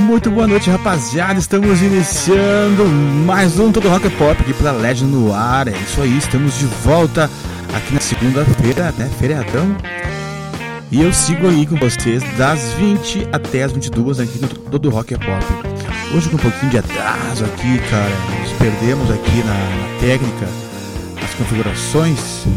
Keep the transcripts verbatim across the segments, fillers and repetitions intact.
Muito boa noite, rapaziada. Estamos iniciando mais um Todo Rock Pop aqui pela L E D no ar. É isso aí, estamos de volta aqui na segunda-feira, né? Feriadão. E eu sigo aí com vocês das vinte até as vinte e duas aqui no Todo Rock Pop. Hoje com um pouquinho de atraso aqui, cara. Nos perdemos aqui na, na técnica, nas configurações.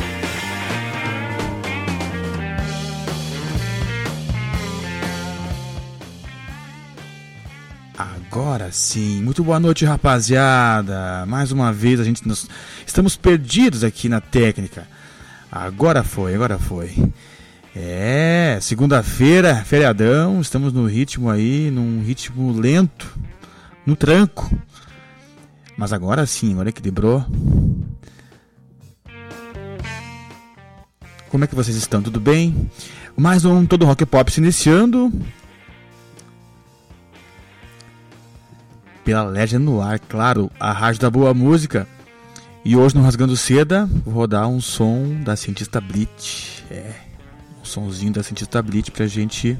Agora sim, muito boa noite, rapaziada. Mais uma vez a gente nos... estamos perdidos aqui na técnica. Agora foi, agora foi. É, segunda-feira, feriadão, estamos no ritmo aí, num ritmo lento, no tranco. Mas agora sim, agora equilibrou. Como é que vocês estão? Tudo bem? Mais um Todo Rock Pop se iniciando. Pela L E D no ar, claro, a rádio da boa música. E hoje no Rasgando Seda vou rodar um som da Cientista Blitz. É, um somzinho da Cientista Blitz pra gente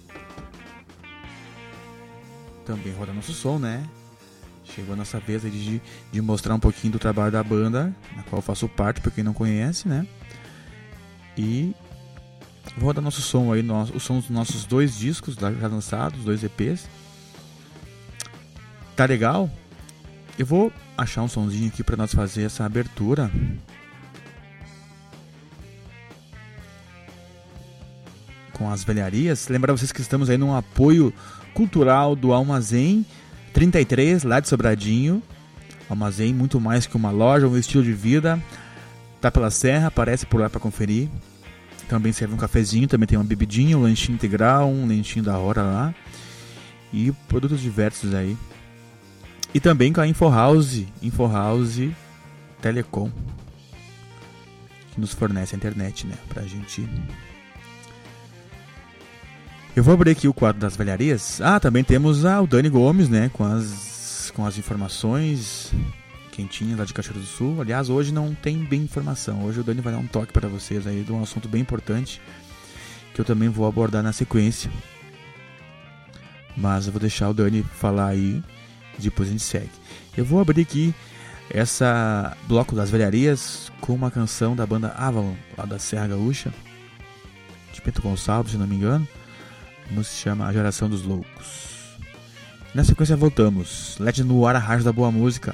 também rodar nosso som, né? Chegou a nossa vez aí de, de mostrar um pouquinho do trabalho da banda, na qual eu faço parte, pra quem não conhece, né? E vou rodar nosso som aí, nosso, o som dos nossos dois discos já lançados, dois E Ps. Tá legal? Eu vou achar um sonzinho aqui para nós fazer essa abertura. Com as velharias. Lembrar vocês que estamos aí num apoio cultural do Almazém trinta e três, lá de Sobradinho. Almazém, muito mais que uma loja, um estilo de vida. Tá pela serra, aparece por lá para conferir. Também serve um cafezinho, também tem uma bebidinha, um lanchinho integral, um lanchinho da hora lá. E produtos diversos aí. E também com a InfoHouse, InfoHouse Telecom, que nos fornece a internet, né, pra gente. Eu vou abrir aqui o quadro das velharias. Ah, também temos ah, o Dani Gomes, né, com as, com as informações quentinhas lá de Cachoeira do Sul. Aliás, hoje não tem bem informação. Hoje o Dani vai dar um toque para vocês aí de um assunto bem importante, que eu também vou abordar na sequência. Mas eu vou deixar o Dani falar aí. Depois a gente segue. Eu vou abrir aqui essa bloco das velharias com uma canção da banda Avalon, lá da Serra Gaúcha, de Bento Gonçalves, se não me engano. A música se chama A Geração dos Loucos. Na sequência voltamos. L E D no ar, a rádio da boa música.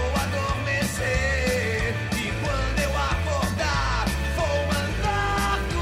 E quando eu acordar, vou mandar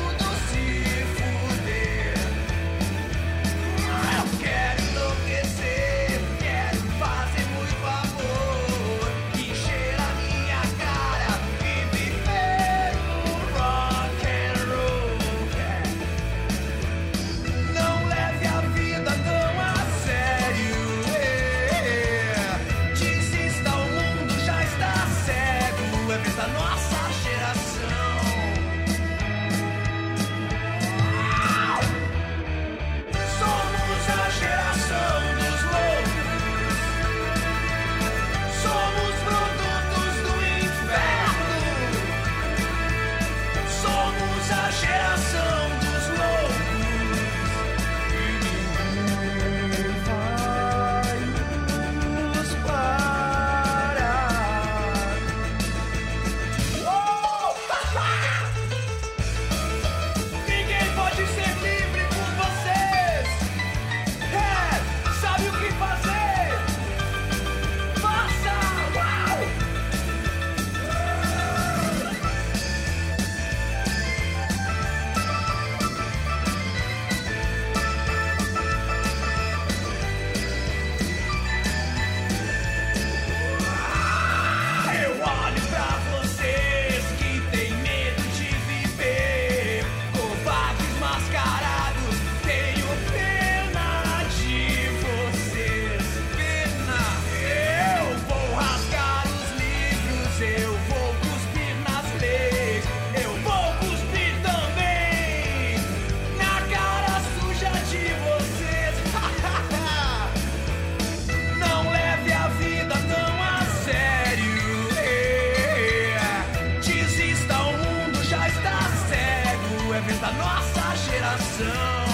geração.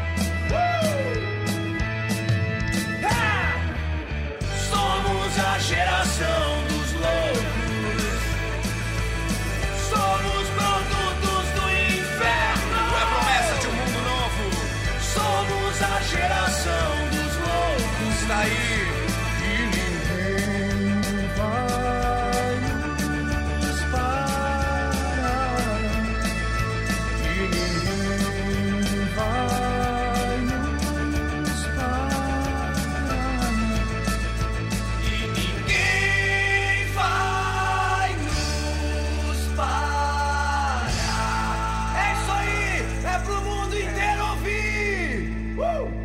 Somos a geração dos loucos. Somos produtos do inferno. É promessa de um mundo novo. Somos a geração dos loucos. Tá aí. E ninguém vai nos parar. E ninguém vai nos parar. E ninguém vai nos parar. É isso aí, é pro mundo inteiro ouvir. Uh!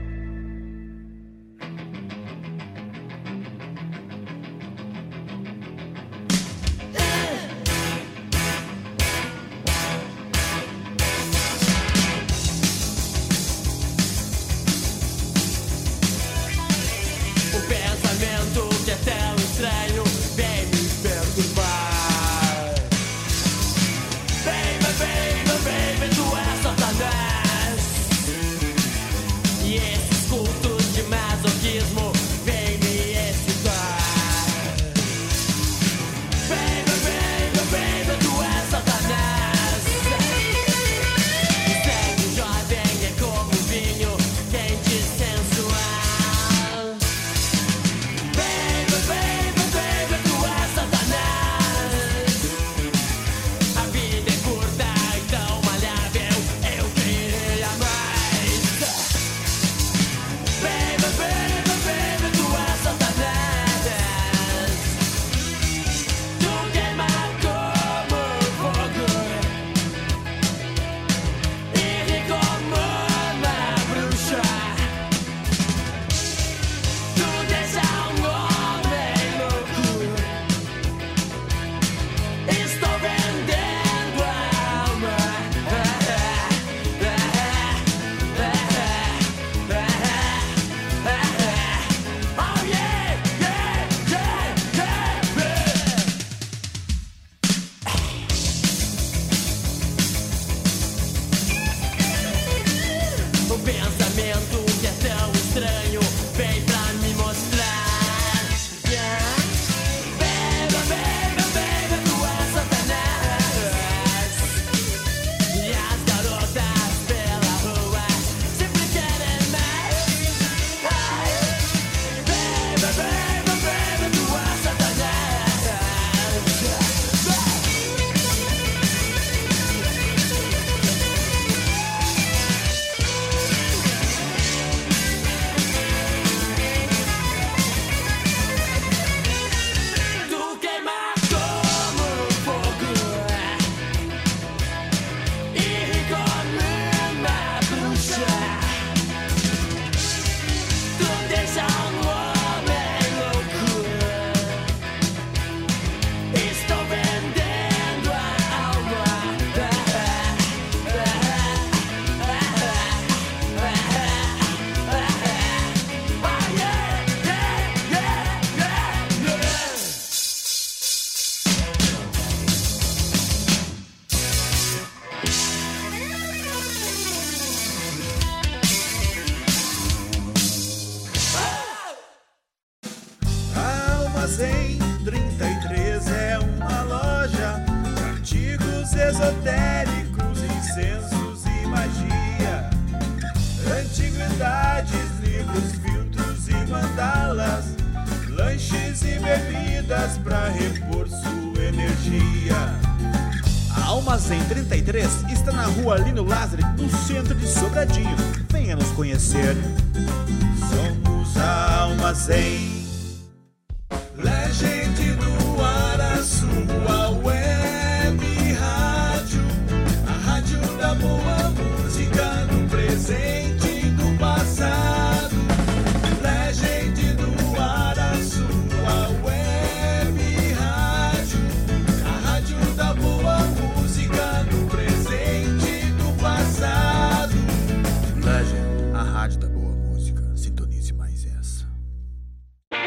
O pensamento que é tão estranho vem me perturbar. Baby, baby, baby, tu és Satanás. E esses cultos de masoquismo vêm me excitar. Baby, baby, baby, tu és Satanás. O sangue jovem é como vinho quente e sensual. Baby, baby, baby, tu és Satanás. A vida é curta e tão malhável, eu queria mais. Baby, baby, baby, tu és Satanás. Tu queima como fogo e como uma bruxa. Tu deixa um homem louco. Estou vendendo a alma. Oh yeah, yeah, yeah, yeah. O pensamento que é tão estranho vem pra me mostrar. Yeah. Baby, baby, baby, tu és Satanás. E as garotas pela rua sempre querem mais. Ai. Baby, baby, baby, tu és Satanás. Tu queima como fogo e como uma bruxa. Tu deixa um homem louco. Estou vendendo a alma. Oh yeah, yeah, yeah, yeah, yeah. Armazém trinta e três é uma loja de artigos esotéricos, incensos e magia, antiguidades, livros, filtros e mandalas, lanches e bebidas pra repor sua energia. A Armazém trinta e três está na rua Lino Lázaro, no centro de Sobradinho. Venha nos conhecer. Somos a Armazém. Legend do ar, a sua web rádio, a rádio da boa música no presente e no passado. Legend do ar, a sua web rádio, a rádio da boa música no presente e no passado. Legend, a rádio da boa música. Sintonize mais essa.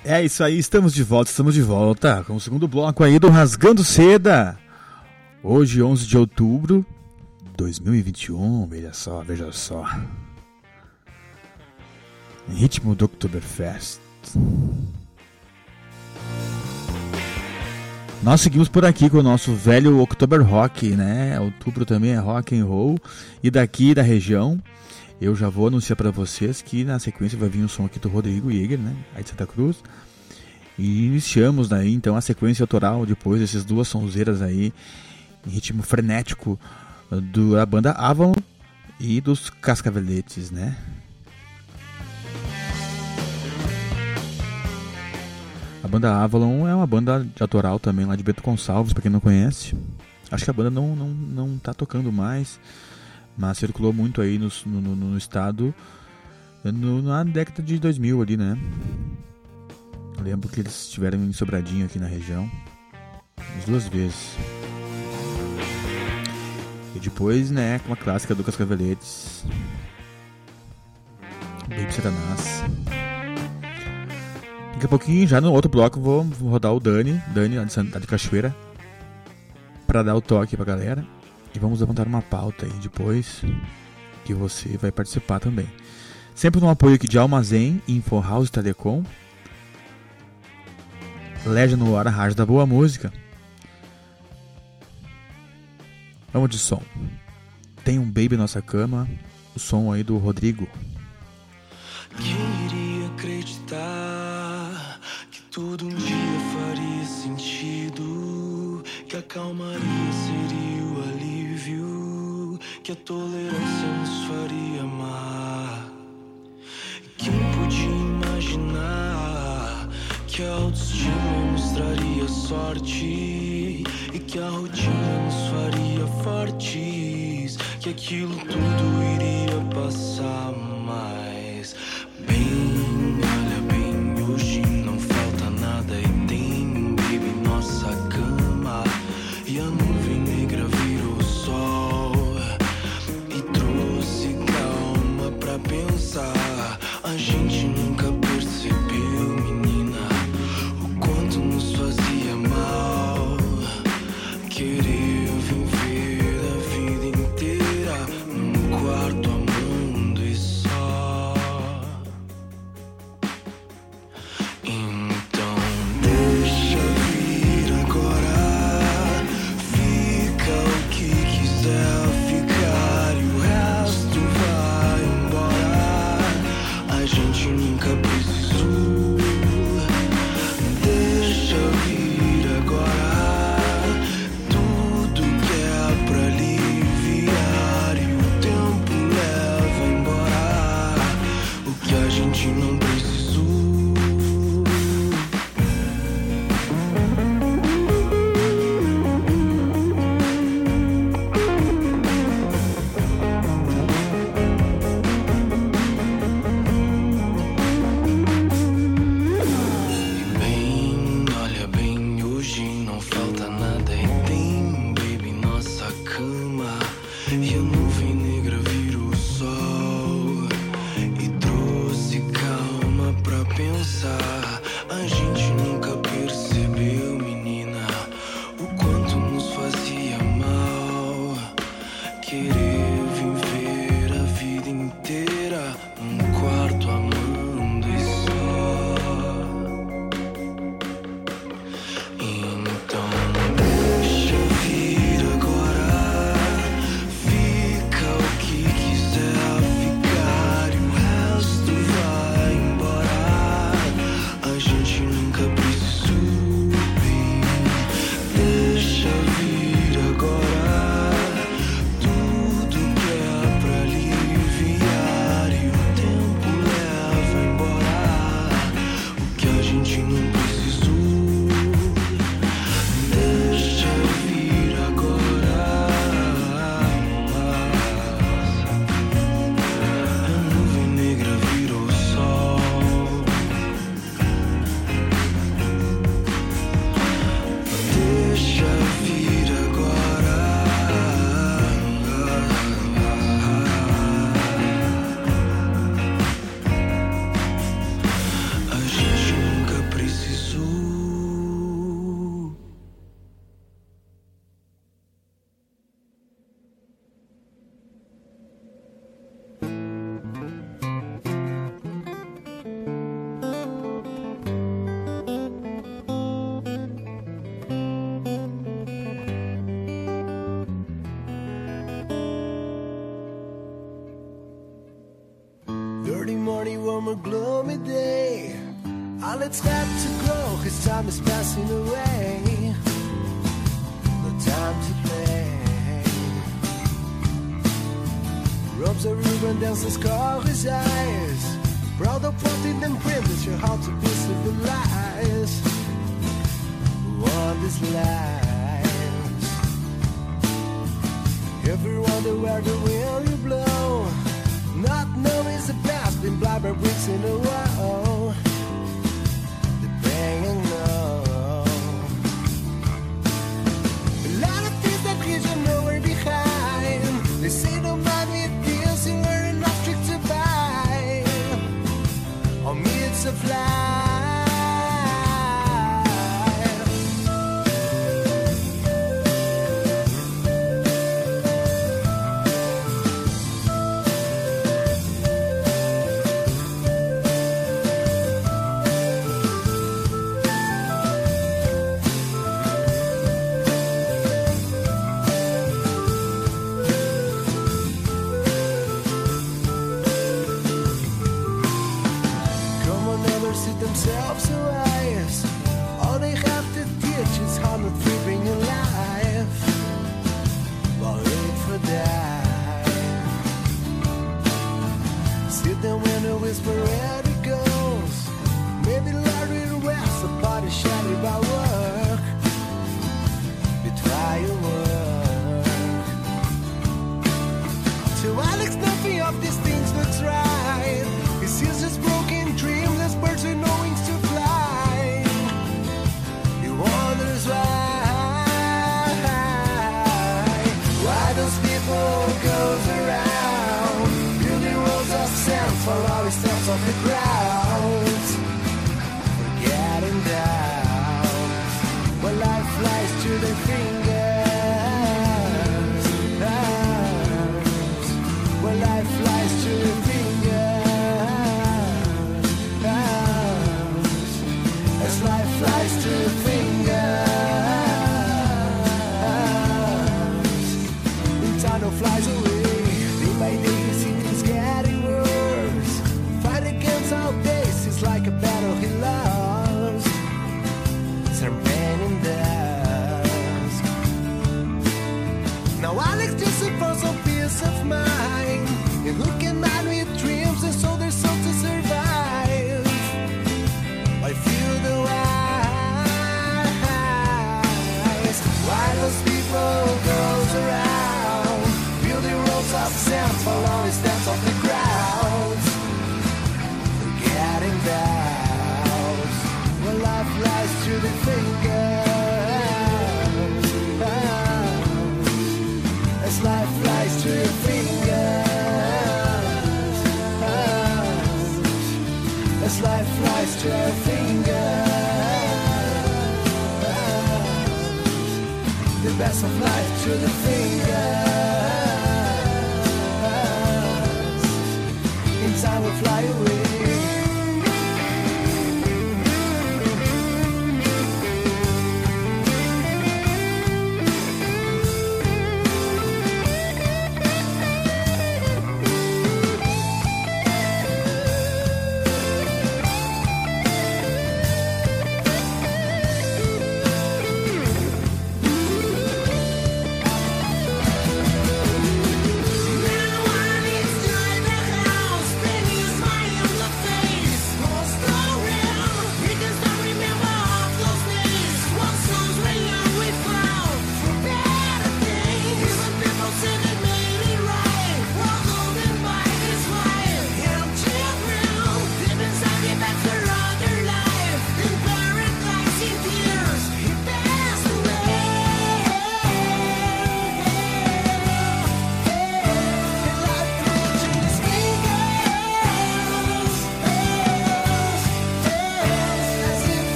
É isso aí, estamos de volta, estamos de volta com o segundo bloco aí do Rasgando Seda. Hoje, onze de outubro de dois mil e vinte e um, veja só, veja só. Em ritmo do Oktoberfest. Nós seguimos por aqui com o nosso velho Oktober Rock, né? Outubro também é rock and roll. E daqui da região, eu já vou anunciar para vocês que na sequência vai vir um som aqui do Rodrigo Jäger, né? Aí de Santa Cruz. E iniciamos daí então a sequência autoral depois dessas duas sonzeiras aí em ritmo frenético do, da banda Avalon e dos Cascaveletes, né? A banda Avalon é uma banda de autoral também lá de Bento Gonçalves, pra quem não conhece. Acho que a banda não, não, não tá tocando mais, mas circulou muito aí no, no, no estado no, na década de dois mil ali, né? Eu lembro que eles estiveram em Sobradinho aqui na região umas duas vezes. E depois, né, com a clássica do Cascaveletes, Baby Satanás. Daqui a pouquinho, já no outro bloco, vou, vou rodar o Dani, Dani lá de, Santa, de Cachoeira, pra dar o toque pra galera. E vamos levantar uma pauta aí depois, que você vai participar também. Sempre no apoio aqui de Almazém, Info House Telecom, Legia no ar, a rádio da boa música. Vamos de som. Tem um Baby Nossa Cama, o som aí do Rodrigo. Quem iria acreditar que tudo um dia faria sentido, que a calmaria seria o alívio, que a tolerância nos faria amar? Quem podia imaginar que a autoestima nos traria sorte e que a rotina nos faria fortes, que aquilo tudo iria passar mais? Bem, olha bem, hoje não falta nada e tem, baby, nossa cama. E a nuvem negra virou sol e trouxe calma pra pensar. A gente nunca percebeu, menina, o quanto nos fazia mal querer viver a vida inteira num quarto amando e só. Então deixa vir agora, fica o que quiser ficar e o resto vai embora. A gente nunca precisou. Deixa vir agora tudo que é pra aliviar e o tempo leva embora o que a gente não precisou. E bem, olha bem, hoje não falta nada e tem, baby, nossa cama. E a nuvem negra virou sol e trouxe calma pra pensar. A gente nunca percebeu, menina, o quanto nos fazia mal querer viver a vida inteira num quarto amando e só. Então deixa vir agora, fica o que quiser ficar e o resto vai embora. A gente nunca precisou, bem. Deixa vir agora tudo que é pra aliviar e o tempo leva embora o que a gente não precisou. Deixa vir agora. A nuvem negra virou sol. Deixa vir agora. A gente nunca stormy day. All it's got to grow, his time is passing away. No time to play. Robes a ribbon, dances scar his eyes. Proud of wanting and privilege, your heart to be civilized. What is lies? Everyone the where the wind you blow. Not knowing is the past, been blind by weeks in a row. The bang and know. A lot of things that leave you nowhere behind. They say no man with deals and we're enough trick to buy. On me it's a fly. Themselves to eyes. All they have to teach is how to bring your life. But wait for that. Sit there when the whisper where it goes. Maybe Larry the West, a body shattered by work. You try your work. To Alex, nothing of these things looks right. He sees just broken dreams as birds with no wings to fly. He wonders why. Why those people goes around building roads of sand for all the steps off the ground. Forgetting down when life flies through their fingers. When life flies through their fingers. Life flies through your fingers. And time flies away. Day by day you see things getting worse. Fight against all days is like a battle he lost. Some pain in dust. Now Alex just supports some peace of mind. And who can man with dreams and so there's soul to survive. I feel the wise. Why those people goes around building roads of sand for all the steps of the crowds. Forgetting that when life flies through the fingers. As life flies through your fingers. As life flies through your fingers. The best of life through the fingers. In time will fly away. No one is joy the house, then you smile.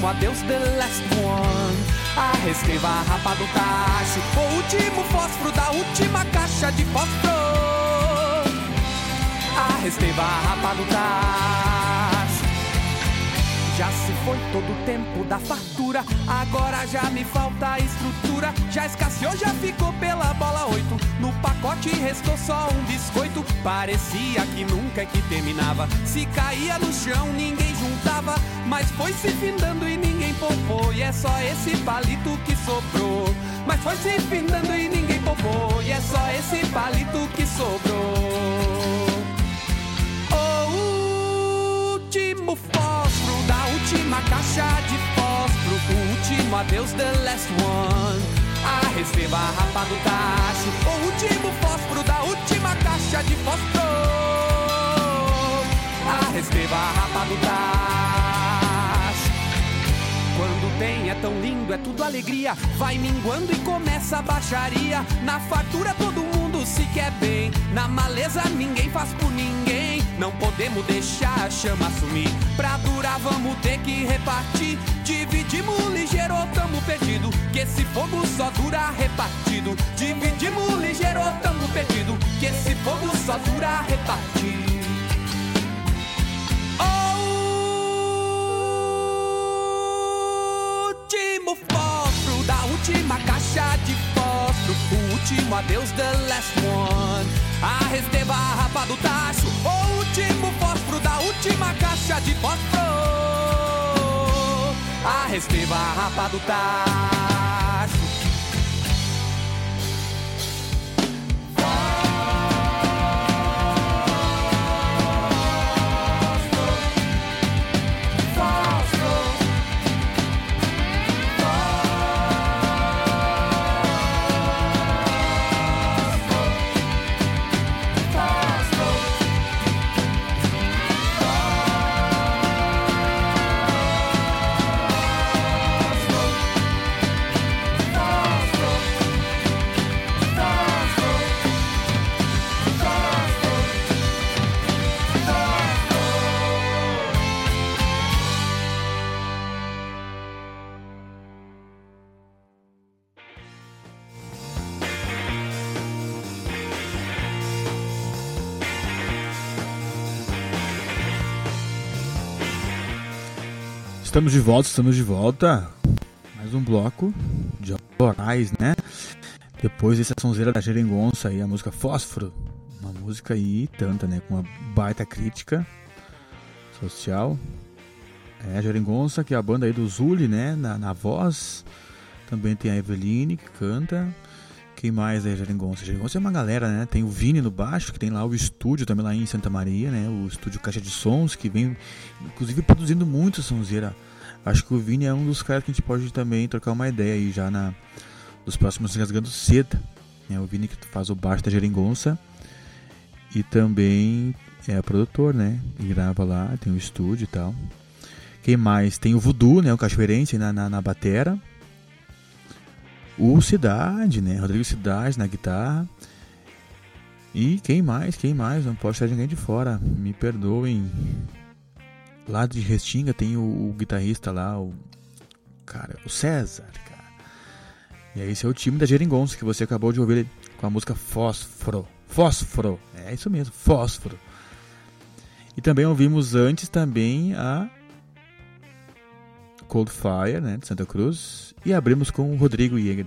adeus, the last one. A Resteva, a rapa do tacho, o último fósforo da última caixa de fósforo. A Resteva, a rapa do tacho. Já se foi todo o tempo da fartura, agora já me falta a estrutura. Já escasseou, já ficou pela bola oito. No pacote restou só um biscoito. Parecia que nunca é que terminava. Se caía no chão ninguém juntava, mas foi se findando e ninguém poupou. E é só esse palito que sobrou. Mas foi se findando e ninguém poupou. E é só esse palito que sobrou. O último fósforo da última caixa de fósforo, o último adeus, the last one. A Resteva, a rapa do tacho, o último fósforo da última caixa de fósforo. A Resteva, a rapa do tacho. Quando tem é tão lindo, é tudo alegria. Vai minguando e começa a baixaria. Na fartura todo mundo se quer bem, na maleza ninguém faz por ninguém. Não podemos deixar a chama sumir. Pra durar vamos ter que repartir. Dividimos ligeiro ou tamo perdido, que esse fogo só dura repartido. Dividimos ligeiro ou tamo perdido, que esse fogo só dura repartido. O último fósforo da última caixa de fósforo, o último adeus, the last one. A Resteva, a rapa do tacho, o último fósforo da última caixa de fósforo. A Resteva, a rapa do tacho. Estamos de volta, estamos de volta. Mais um bloco de autorais, né? Depois dessa sonzeira da Geringonça aí, a música Fósforo. Uma música aí, tanta, né? Com uma baita crítica social. É a Geringonça, que é a banda aí do Zuli, né? Na, na voz. Também tem a Eveline, que canta. Quem mais é a Geringonça? A Geringonça é uma galera, né? Tem o Vini no baixo, que tem lá o estúdio também lá em Santa Maria, né? O estúdio Caixa de Sons, que vem, inclusive, produzindo muito sonzeira. Acho que o Vini é um dos caras que a gente pode também trocar uma ideia aí já na, dos próximos Rasgando Seda, né? O Vini que faz o baixo da Geringonça e também é produtor, né? E grava lá, tem o estúdio e tal. Quem mais? Tem o Voodoo, né? O cachoeirense na, na, na batera. O Cidade, né? Rodrigo Cidade na guitarra. E quem mais? Quem mais? Não posso deixar ninguém de fora. Me perdoem. Lá de Restinga tem o, o guitarrista lá, o cara, o César, cara. E aí esse é o time da Geringonça que você acabou de ouvir com a música Fósforo. Fósforo. É isso mesmo, Fósforo. E também ouvimos antes também a Cold Fire, né, de Santa Cruz. E abrimos com o Rodrigo Jäger.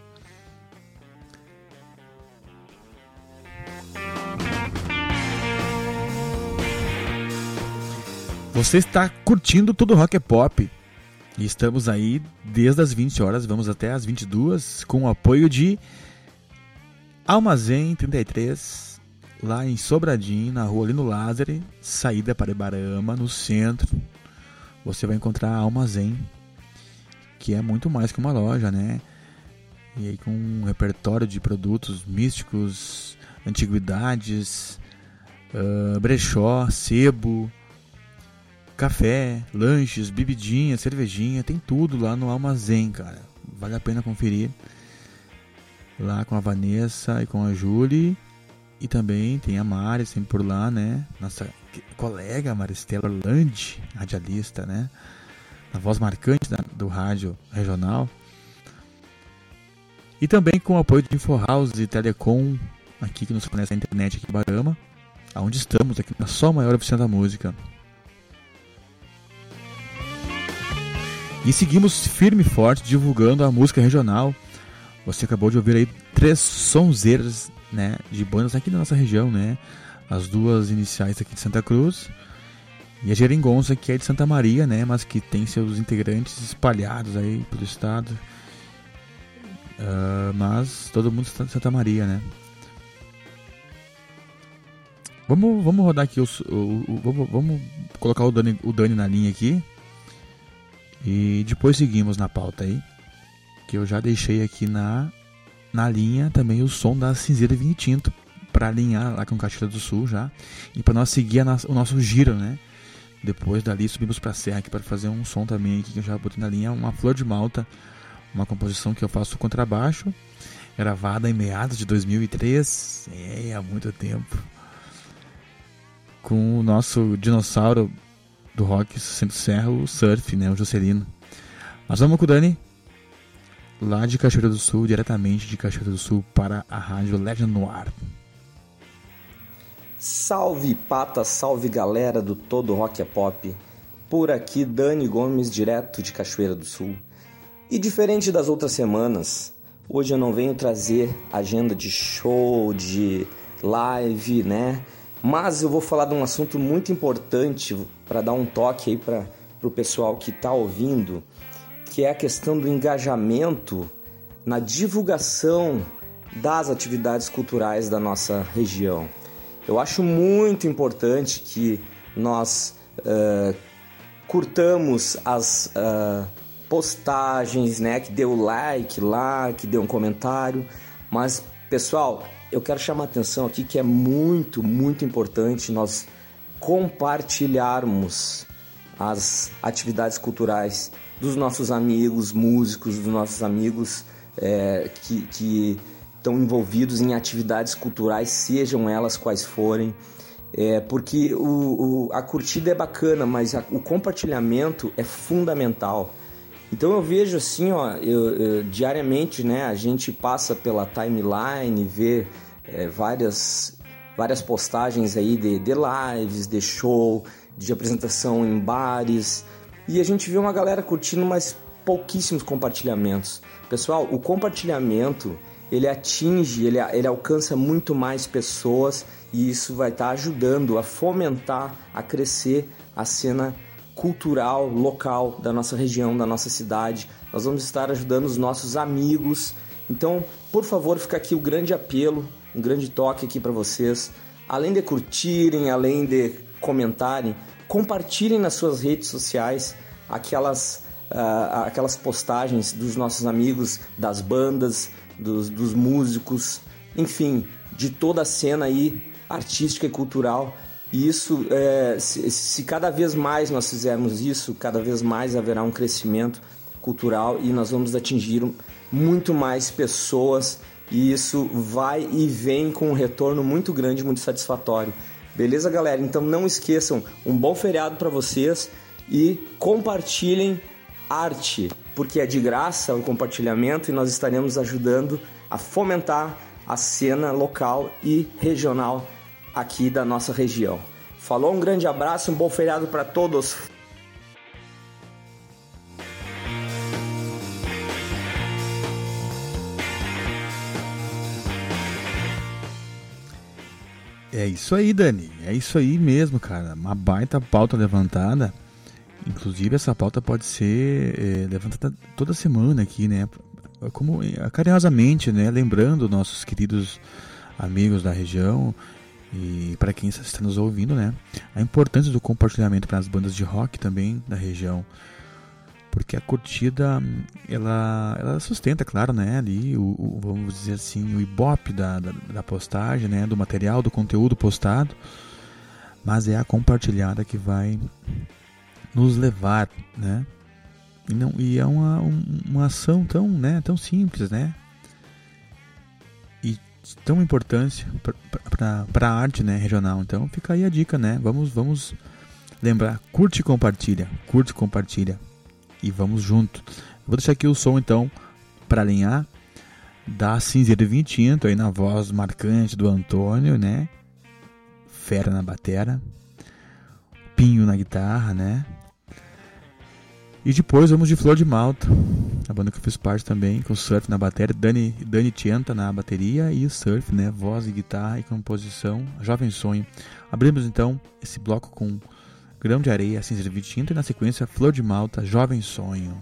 Você está curtindo Tudo Rock é Pop. E estamos aí desde as vinte horas, vamos até as vinte e duas, com o apoio de Almazém trinta e três, lá em Sobradinho, na rua ali no Lázaro, saída para Ibarama, no centro. Você vai encontrar a Almazém, que é muito mais que uma loja, né? E aí com um repertório de produtos místicos, antiguidades, uh, brechó, sebo, café, lanches, bebidinha, cervejinha, tem tudo lá no Almazém, cara. Vale a pena conferir. Lá com a Vanessa e com a Julie. E também tem a Mari, sempre por lá, né? Nossa colega Maristela Orlandi, radialista, né? A voz marcante da, do rádio regional. E também com o apoio de InfoHouse e Telecom, aqui que nos fornece a internet aqui em Barama, onde estamos, aqui na Sol Maior Oficina da Música. E seguimos firme e forte divulgando a música regional. Você acabou de ouvir aí três sonzeiras, né, de bandas aqui da nossa região, né? As duas iniciais aqui de Santa Cruz e a Geringonça, que é de Santa Maria, né, mas que tem seus integrantes espalhados aí pelo estado. Uh, mas todo mundo está de Santa Maria, né? Vamos, vamos rodar aqui, o, o, o, vamos, vamos colocar o Dani, o Dani na linha aqui. E depois seguimos na pauta aí. Que eu já deixei aqui na, na linha também o som da Cinzeira Vinho Tinto, para alinhar lá com Cachoeira do Sul já. E para nós seguir a nossa, o nosso giro, né? Depois dali subimos para a Serra aqui para fazer um som também aqui, que eu já botei na linha, uma Flor de Malta. Uma composição que eu faço contrabaixo, gravada em meados de dois mil e três, é, há muito tempo, com o nosso dinossauro do rock sendo Serra, o Surf, né, o Juscelino. Mas vamos com o Dani, lá de Cachoeira do Sul, diretamente de Cachoeira do Sul para a rádio Legend Noir. Salve Pata, salve galera do Todo Rock é Pop, por aqui Dani Gomes, direto de Cachoeira do Sul. E diferente das outras semanas, hoje eu não venho trazer agenda de show, de live, né? Mas eu vou falar de um assunto muito importante para dar um toque aí para o pessoal que está ouvindo, que é a questão do engajamento na divulgação das atividades culturais da nossa região. Eu acho muito importante que nós uh, curtamos as... Uh, postagens, né, que deu like lá, que deu um comentário, mas pessoal, eu quero chamar a atenção aqui que é muito, muito importante nós compartilharmos as atividades culturais dos nossos amigos músicos, dos nossos amigos é, que, que estão envolvidos em atividades culturais, sejam elas quais forem, é, porque o, o, a curtida é bacana, mas a, o compartilhamento é fundamental. Então eu vejo assim, ó, eu, eu, diariamente, né, a gente passa pela timeline, vê é, várias, várias postagens aí de, de lives, de show, de apresentação em bares, e a gente vê uma galera curtindo, mas pouquíssimos compartilhamentos. Pessoal, o compartilhamento, ele atinge, ele, ele alcança muito mais pessoas, e isso vai estar ajudando a fomentar, a crescer a cena cultural local da nossa região, da nossa cidade. Nós vamos estar ajudando os nossos amigos. Então, por favor, fica aqui o grande apelo, um grande toque aqui para vocês. Além de curtirem, além de comentarem, compartilhem nas suas redes sociais aquelas, uh, aquelas postagens dos nossos amigos, das bandas, dos, dos músicos, enfim, de toda a cena aí artística e cultural. E isso, é, se, se cada vez mais nós fizermos isso, cada vez mais haverá um crescimento cultural e nós vamos atingir muito mais pessoas, e isso vai e vem com um retorno muito grande, muito satisfatório. Beleza, galera? Então não esqueçam, um bom feriado para vocês e compartilhem arte, porque é de graça o compartilhamento e nós estaremos ajudando a fomentar a cena local e regional aqui da nossa região. Falou, um grande abraço, um bom feriado para todos. É isso aí, Dani, é isso aí mesmo, cara, uma baita pauta levantada. Inclusive essa pauta pode ser é, levantada toda semana aqui, né, como carinhosamente, né, lembrando nossos queridos amigos da região. E para quem está nos ouvindo, né, a importância do compartilhamento para as bandas de rock também da região, porque a curtida ela, ela sustenta, claro, né, ali o, o, vamos dizer assim, o ibope da, da, da postagem, né, do material, do conteúdo postado, mas é a compartilhada que vai nos levar, né, e, não, e é uma, uma ação tão, né, tão simples, né, tão importância para a arte, né, regional. Então fica aí a dica, né? Vamos, vamos lembrar, curte e compartilha, curte e compartilha. e vamos junto. Vou deixar aqui o som então para alinhar da Cinzeiro Vinho Tinto aí na voz marcante do Antônio, né? Fera na batera, Pinho na guitarra, né? E depois vamos de Flor de Malta, a banda que eu fiz parte também, com Surf na bateria, Dani, Dani Tienta na bateria e o Surf, né? Voz e guitarra e composição, Jovem Sonho. Abrimos então esse bloco com Grão de Areia, Cinzeiro Vinho Tinto e na sequência Flor de Malta, Jovem Sonho.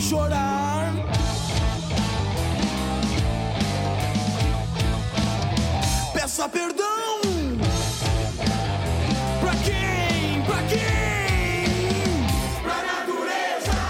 chorar. Peça perdão. Pra quem? Pra quem? Pra natureza.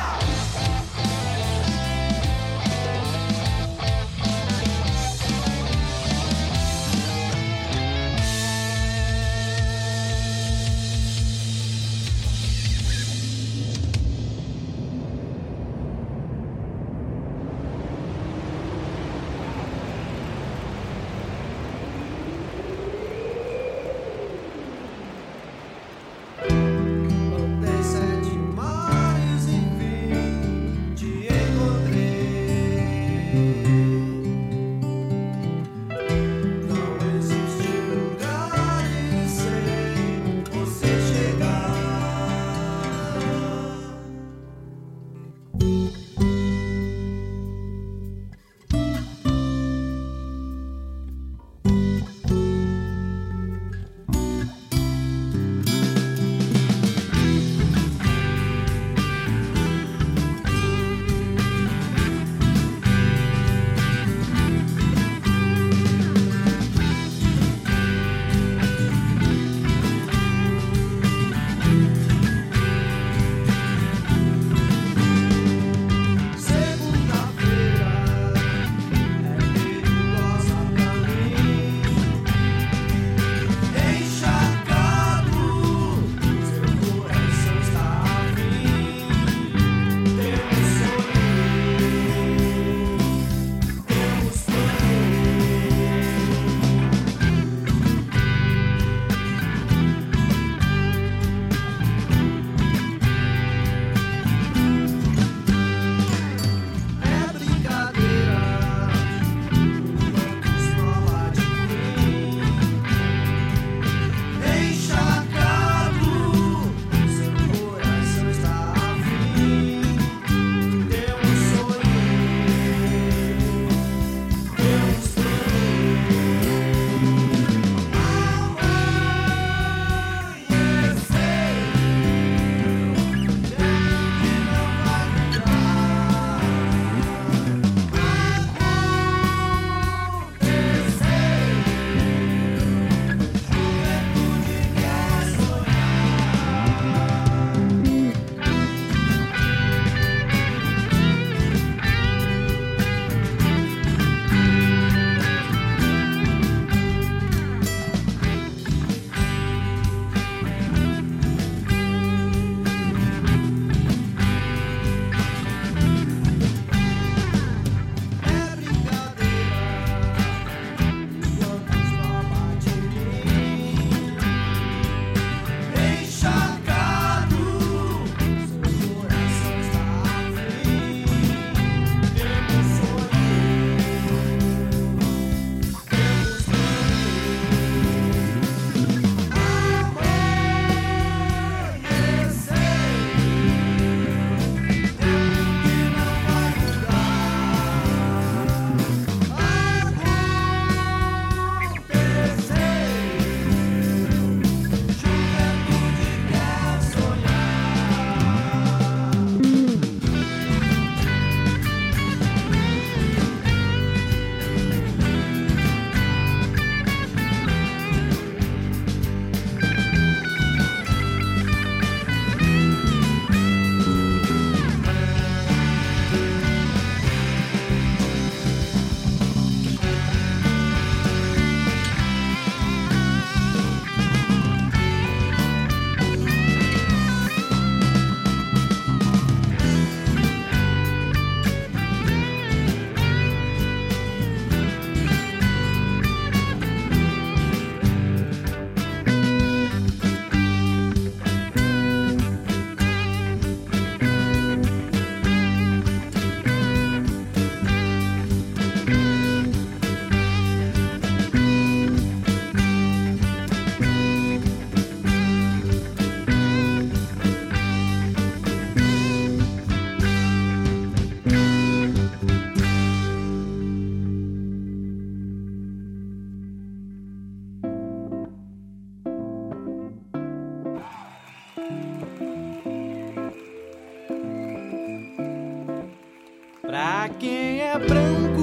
Pra quem é branco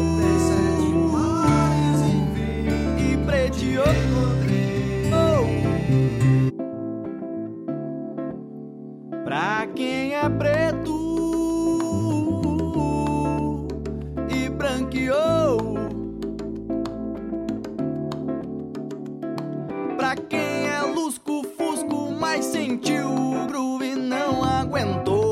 e preto, pra quem é preto e branqueou, pra quem é lusco-fusco, mas sentiu o groove e não aguentou.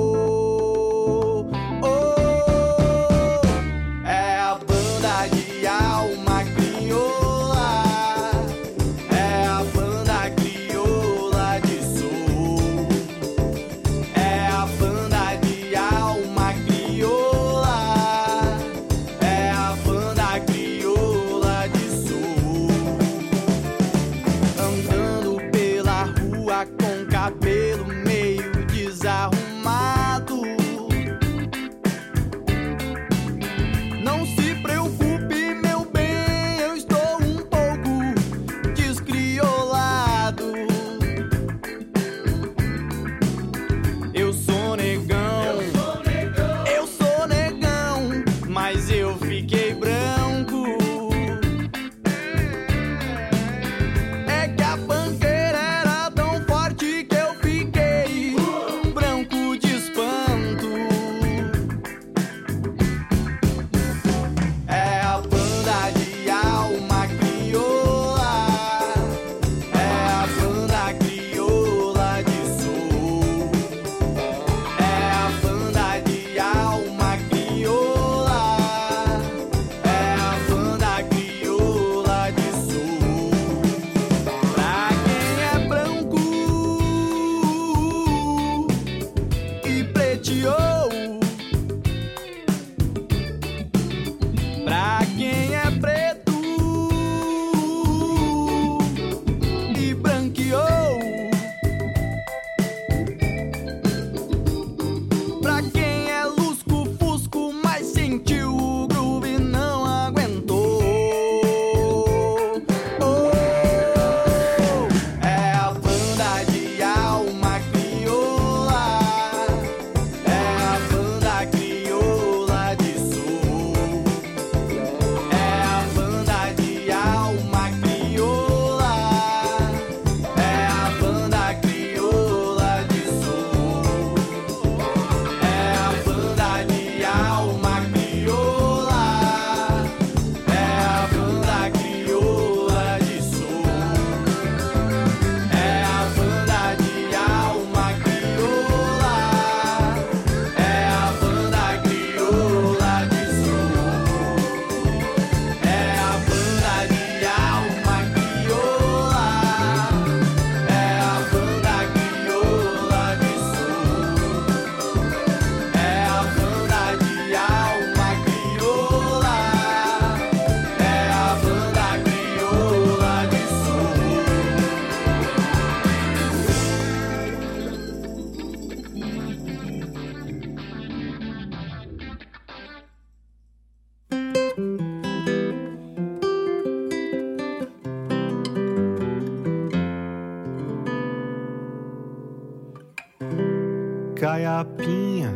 Cai a pinha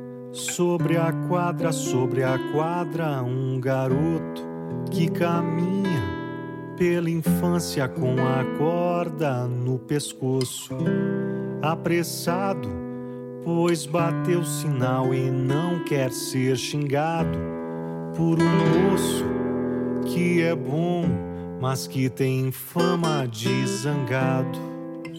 sobre a quadra, sobre a quadra, um garoto que caminha pela infância com a corda no pescoço, apressado, pois bateu o sinal e não quer ser xingado por um moço que é bom, mas que tem fama de zangado.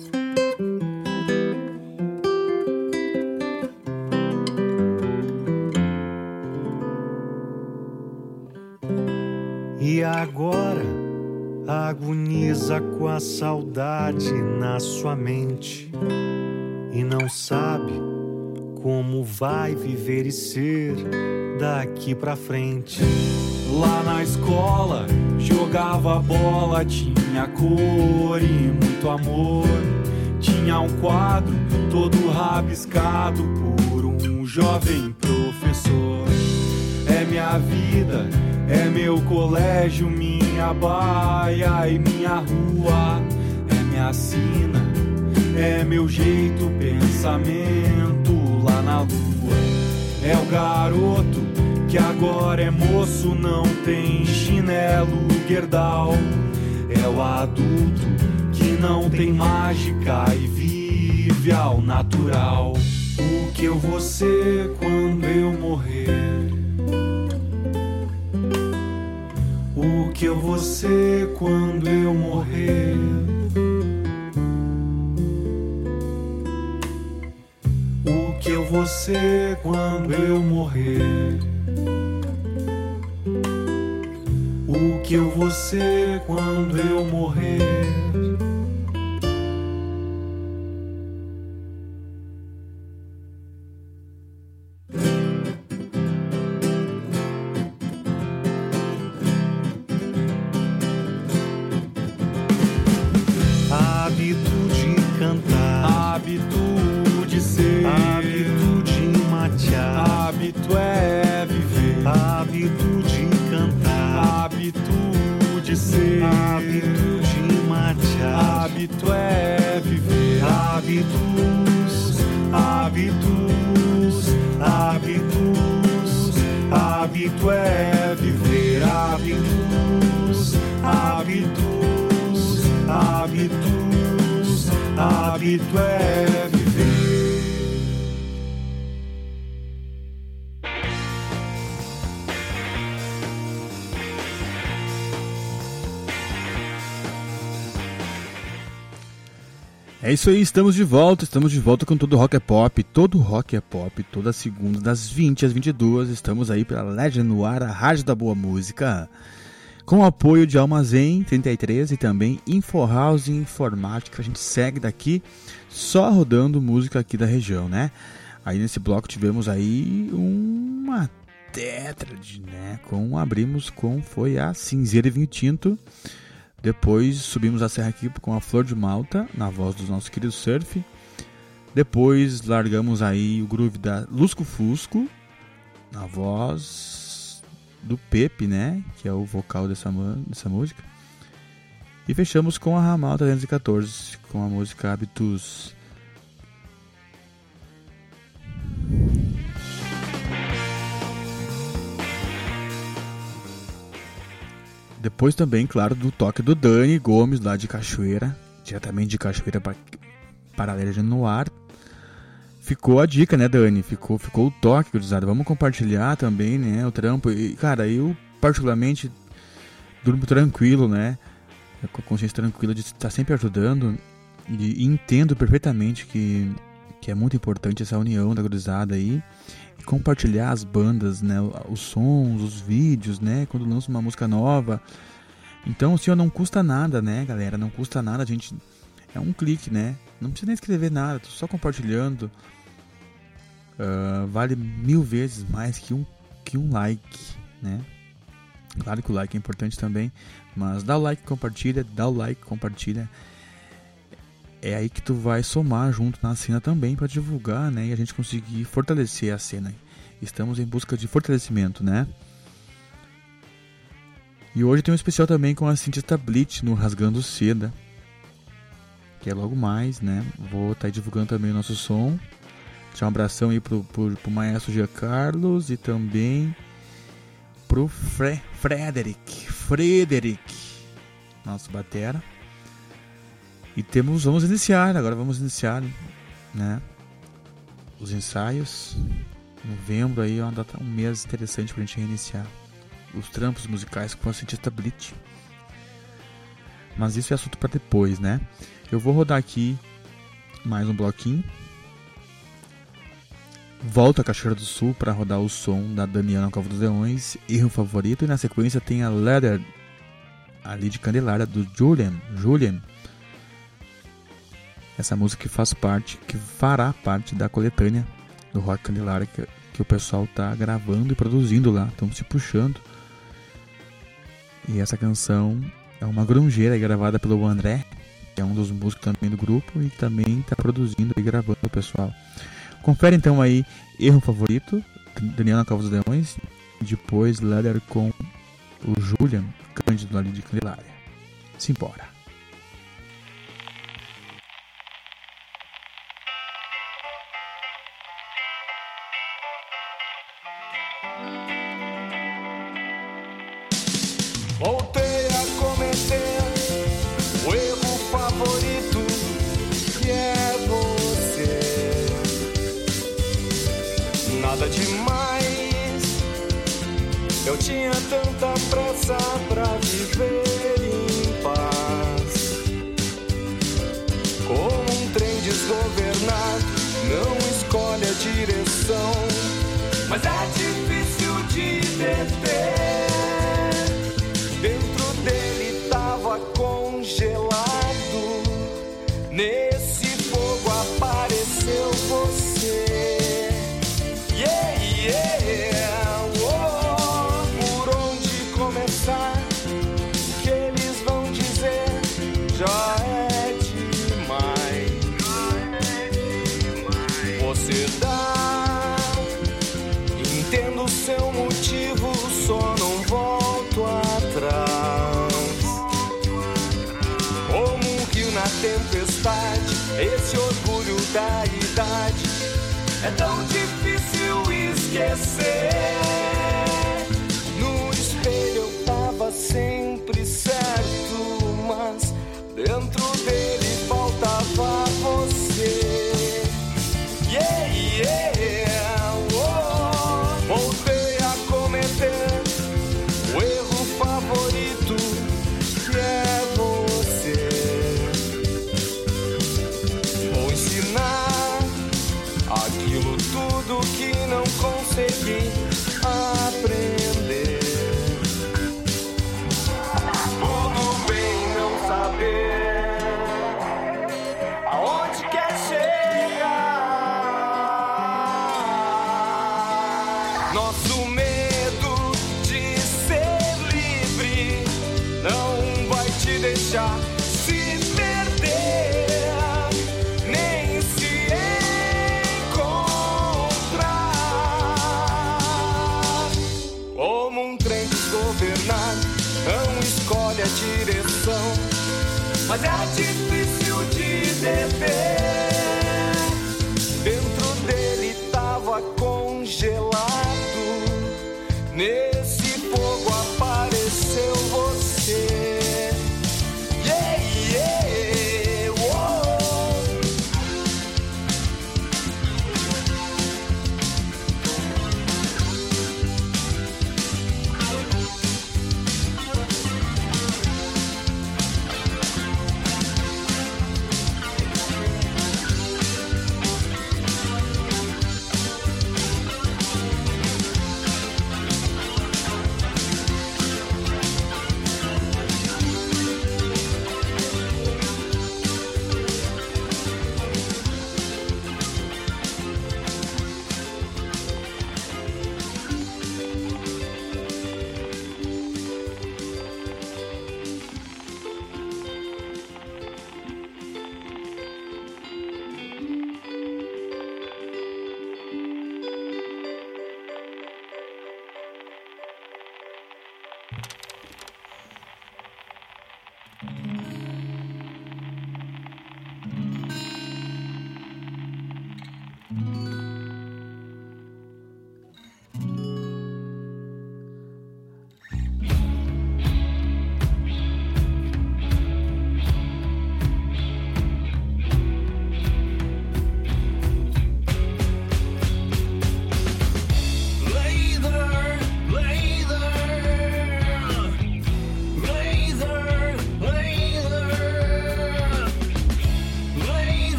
E agora agoniza com a saudade na sua mente e não sabe como vai viver e ser daqui pra frente. Lá na escola jogava bola, tinha cor e muito amor. Tinha um quadro todo rabiscado por um jovem professor. É minha vida, é meu colégio, minha baia e minha rua. É minha sina, é meu jeito, pensamento lá na lua. É o garoto que agora é moço, não tem chinelo guerdal. É o adulto que não tem mágica e vive ao natural. O que eu vou ser quando eu morrer? O que eu vou ser quando eu morrer? O que eu vou ser quando eu morrer? O que eu vou ser quando eu morrer? Hábito de cantar, Hábito de ser, hábito de matear, hábito é viver, hábito de cantar, hábito de ser, hábito de matear, hábito é viver, hábitos, hábitos, hábitos, hábito é viver, hábitos, hábitos, hábitos, hábito é viver. É isso aí, estamos de volta, estamos de volta com todo Rock é Pop, todo Rock é Pop, toda segunda das vinte às vinte e duas, estamos aí pela Legend no ar, a Rádio da Boa Música, com o apoio de Almazém trinta e três e também InfoHouse Informática. A gente segue daqui só rodando música aqui da região, né? Aí nesse bloco tivemos aí uma tétrade, né? Com, abrimos com, foi a Cinzeira e Vinho Tinto. Depois subimos a serra aqui com a Flor de Malta, na voz do nosso querido Surf. Depois largamos aí o groove da Lusco Fusco, na voz do Pepe, né? Que é o vocal dessa, dessa música. E fechamos com a Ramal trezentos e quatorze, com a música Habitus. Depois também, claro, do toque do Dani Gomes, lá de Cachoeira, diretamente de Cachoeira para, para a Legend no ar. Ficou a dica, né, Dani? Ficou, ficou o toque, gurizada. Vamos compartilhar também, né, o trampo. E, cara, eu particularmente durmo tranquilo, né, com a consciência tranquila de estar sempre ajudando. E, e entendo perfeitamente que, que é muito importante essa união da gurizada aí. E compartilhar as bandas, né, os sons, os vídeos, né, quando lança uma música nova. Então, assim, não custa nada, né, galera, não custa nada, a gente, é um clique, né, não precisa nem escrever nada, tô só compartilhando, uh, vale mil vezes mais que um, que um like, né, claro que o like é importante também, mas dá o like, compartilha, dá o like, compartilha, é aí que tu vai somar junto na cena também para divulgar, né, e a gente conseguir fortalecer a cena. Estamos em busca de fortalecimento, né? E hoje tem um especial também com a Cintia Blitz no Rasgando Seda, que é logo mais, né? Vou estar tá divulgando também o nosso som. Deixar um abração aí pro, pro, pro maestro Gia Carlos e também pro Fre Frederic, Frederic, nosso batera. E temos, vamos iniciar, agora vamos iniciar, né, os ensaios. Novembro aí é uma data, um mês interessante pra gente reiniciar os trampos musicais com a Cientista Blitz. Mas isso é assunto para depois, né? Eu vou rodar aqui mais um bloquinho. Volto a Cachoeira do Sul para rodar o som da Daniela Cova dos Leões, Erro Favorito. E na sequência tem a Leather, ali de Candelária, do Julian. Julian. Essa música que faz parte, que fará parte da coletânea do Rock Candelária que, que o pessoal tá gravando e produzindo lá, estão se puxando. E essa canção é uma grungeira gravada pelo André, que é um dos músicos também do grupo e também está produzindo e gravando o pessoal. Confere então aí Erro Favorito, Daniela Cova dos Leões, e depois Leather com o Julian Cândido ali de Candelária. Simbora! Voltei a cometer o erro favorito, que é você. Nada demais, eu tinha tanta pressa pra viver em paz. Como um trem desgovernado, não escolhe a direção, mas é difícil de deter. Dentro dele tava congelado, nesse fogo apareceu você. Yeah, yeah, oh, por onde começar? Que eles vão dizer? Já é demais. Você dá, entendo o seu motivo, só não volto atrás. Como um rio na tempestade, esse orgulho da idade é tão difícil esquecer. No espelho eu tava sempre certo, mas dentro dele faltava você. Yeah, yeah, oh, voltei a cometer o erro favorito, que é você. Vou ensinar aquilo tudo que não consegui aprender. Tudo bem não saber aonde quer chegar. Nosso medo de ser livre não vai te deixar se perder, nem se encontrar. Como um trem desgovernado, não escolhe a direção, mas é difícil de deter. Dentro dele tava congelado, nesse fogo apareceu você. Yeah, yeah, oh.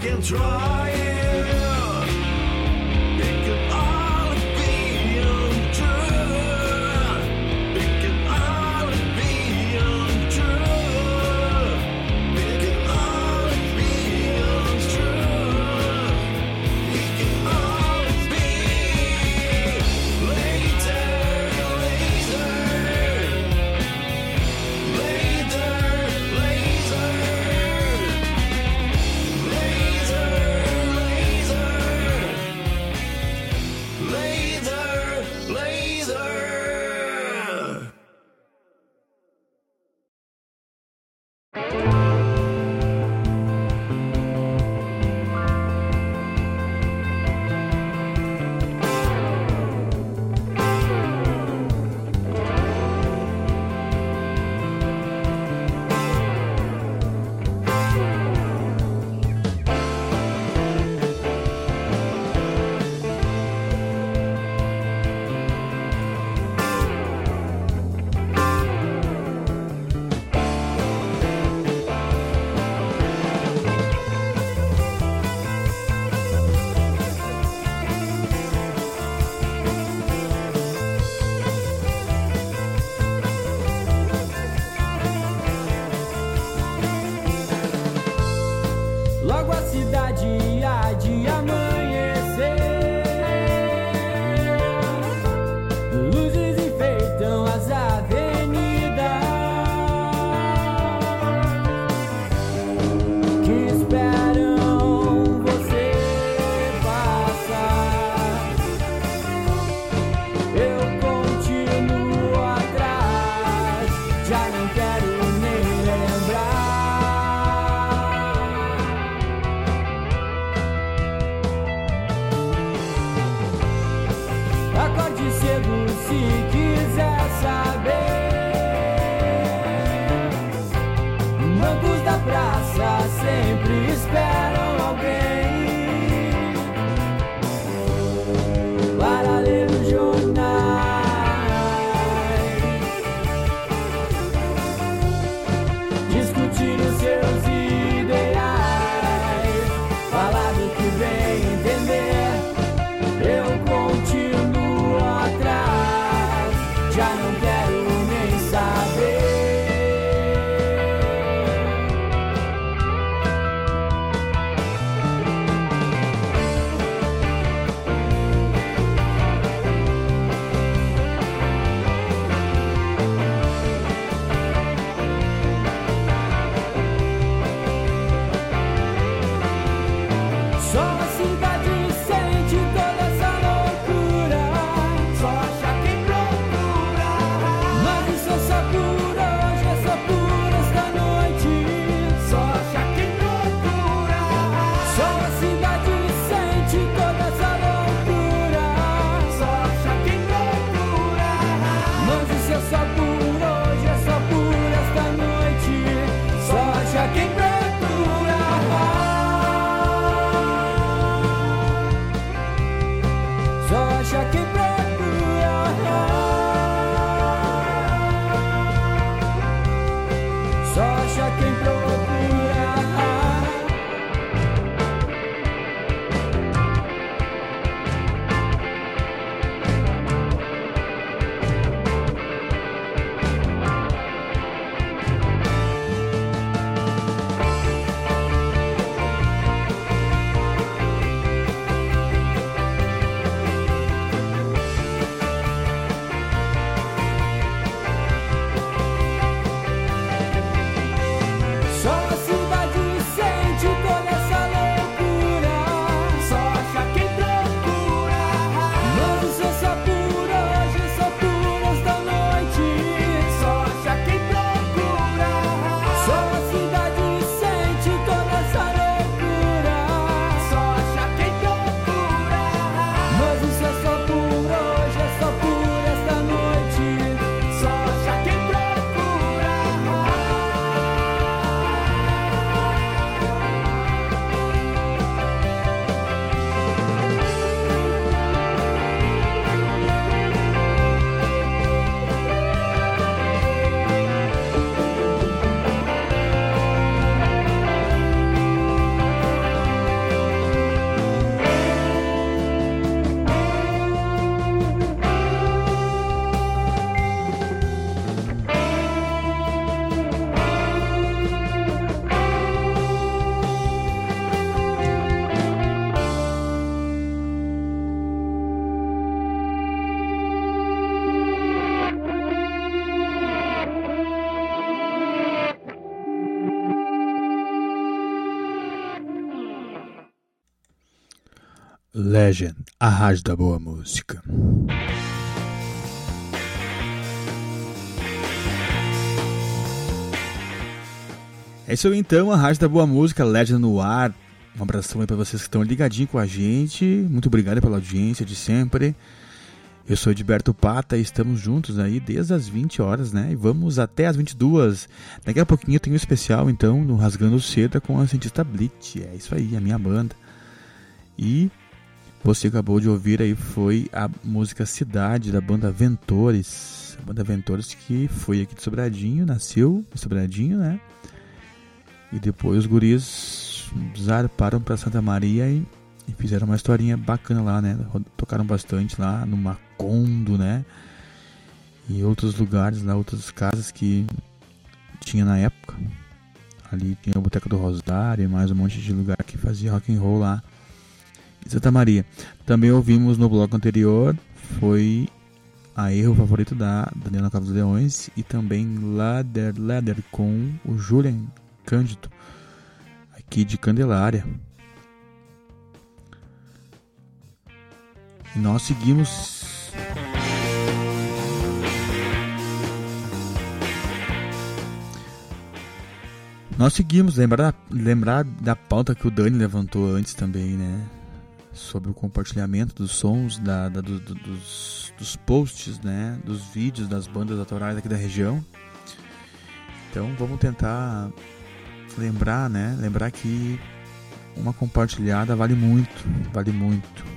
can try it. It can all be untrue. It can all be untrue. It can all be untrue. It can all be later, later, later, later, later, later. Legend, a rádio da boa música. É isso aí então, a rádio da boa música, Legend no ar. Um abração aí para vocês que estão ligadinhos com a gente. Muito obrigado pela audiência de sempre. Eu sou Edberto Pata e estamos juntos aí desde as vinte horas, né? E vamos até as vinte e duas. Daqui a pouquinho tem um especial, então, no Rasgando Seda com a cientista Blitz. É isso aí, a minha banda. E você acabou de ouvir aí foi a música Cidade, da banda Ventores. A banda Ventores que foi aqui de Sobradinho, nasceu em Sobradinho, né? E depois os guris zarparam para Santa Maria e E fizeram uma historinha bacana lá, né? Tocaram bastante lá no Macondo, né? E outros lugares lá, outras casas que tinha na época. Ali tinha a Boteca do Rosário e mais um monte de lugar que fazia rock and roll lá em Santa Maria. Também ouvimos no bloco anterior, foi a Erro Favorito da Daniela Cabo dos Leões e também Ladder Ladder com o Julian Cândido, aqui de Candelária. E nós seguimos Nós seguimos, lembrar, lembrar da pauta que o Dani levantou antes também, né? Sobre o compartilhamento dos sons, da, da, do, do, dos, dos posts, né? Dos vídeos das bandas autorais aqui da região. Então vamos tentar lembrar, né? Lembrar que uma compartilhada vale muito, vale muito.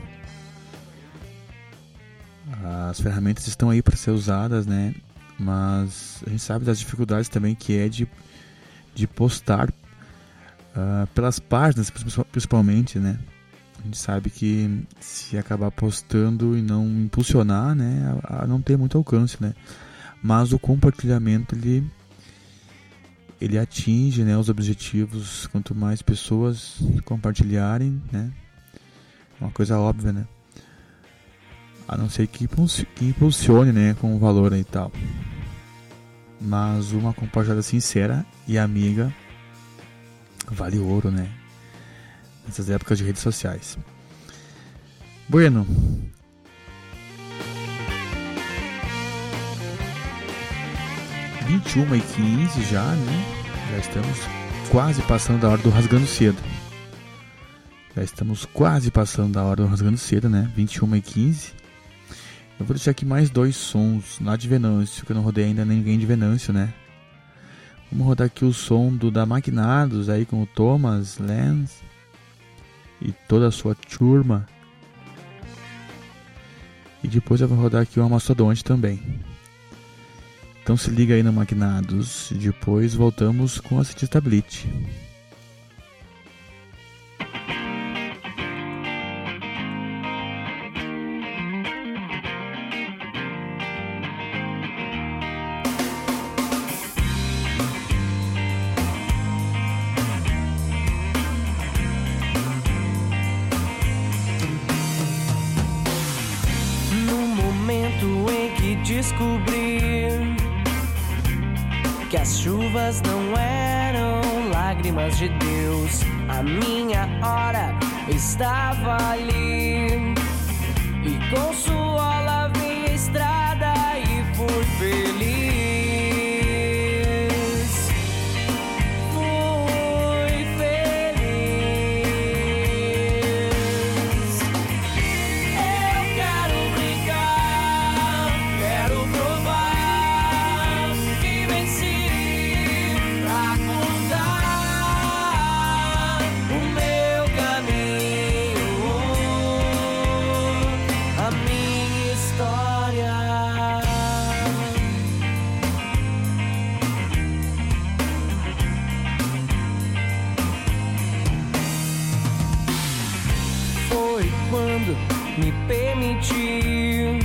As ferramentas estão aí para ser usadas, né? Mas a gente sabe das dificuldades também que é de, de postar uh, pelas páginas, principalmente, né? A gente sabe que se acabar postando e não impulsionar, né? A, a não ter muito alcance, né? Mas o compartilhamento, ele, ele atinge, né, os objetivos. Quanto mais pessoas compartilharem, né? Uma coisa óbvia, né? A não ser que impulsione, né, com o valor e tal. Mas uma compartilhada sincera e amiga vale ouro, né? Nessas épocas de redes sociais. Bueno. vinte e uma e quinze já, né? Já estamos quase passando da hora do Rasgando Seda. Já estamos quase passando da hora do Rasgando Seda, né? vinte e uma e quinze. Eu vou deixar aqui mais dois sons lá de Venâncio, que eu não rodei ainda ninguém de Venâncio, né? Vamos rodar aqui o som do da Maquinados aí com o Thomas Lenz e toda a sua turma. E depois eu vou rodar aqui o Mastodonte também. Então se liga aí no Maquinados e depois voltamos com a cientista Blitz. Descobri que as chuvas não eram lágrimas de Deus. A minha hora estava ali e com suor lavei a estrada e fui feliz. Fui feliz. Eu quero brincar, quero provar que venci pra contar o meu caminho, a minha história. Foi quando me permiti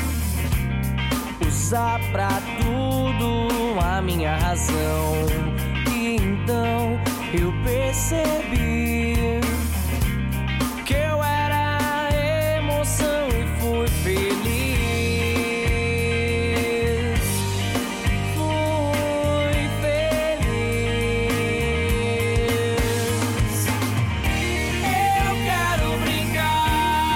usar pra tudo a minha razão. E então eu percebi que eu era emoção e fui feliz. Fui feliz. Eu quero brincar,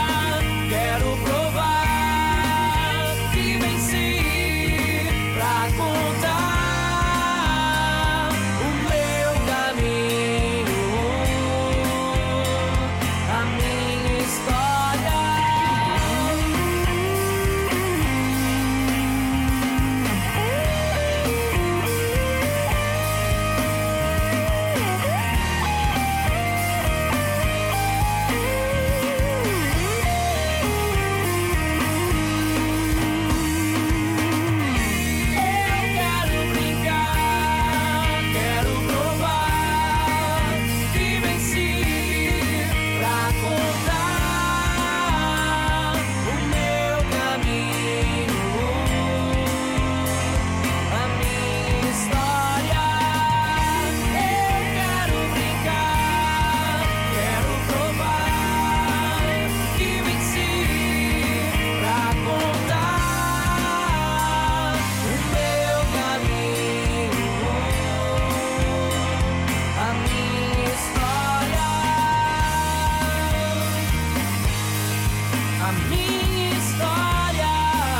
a minha história.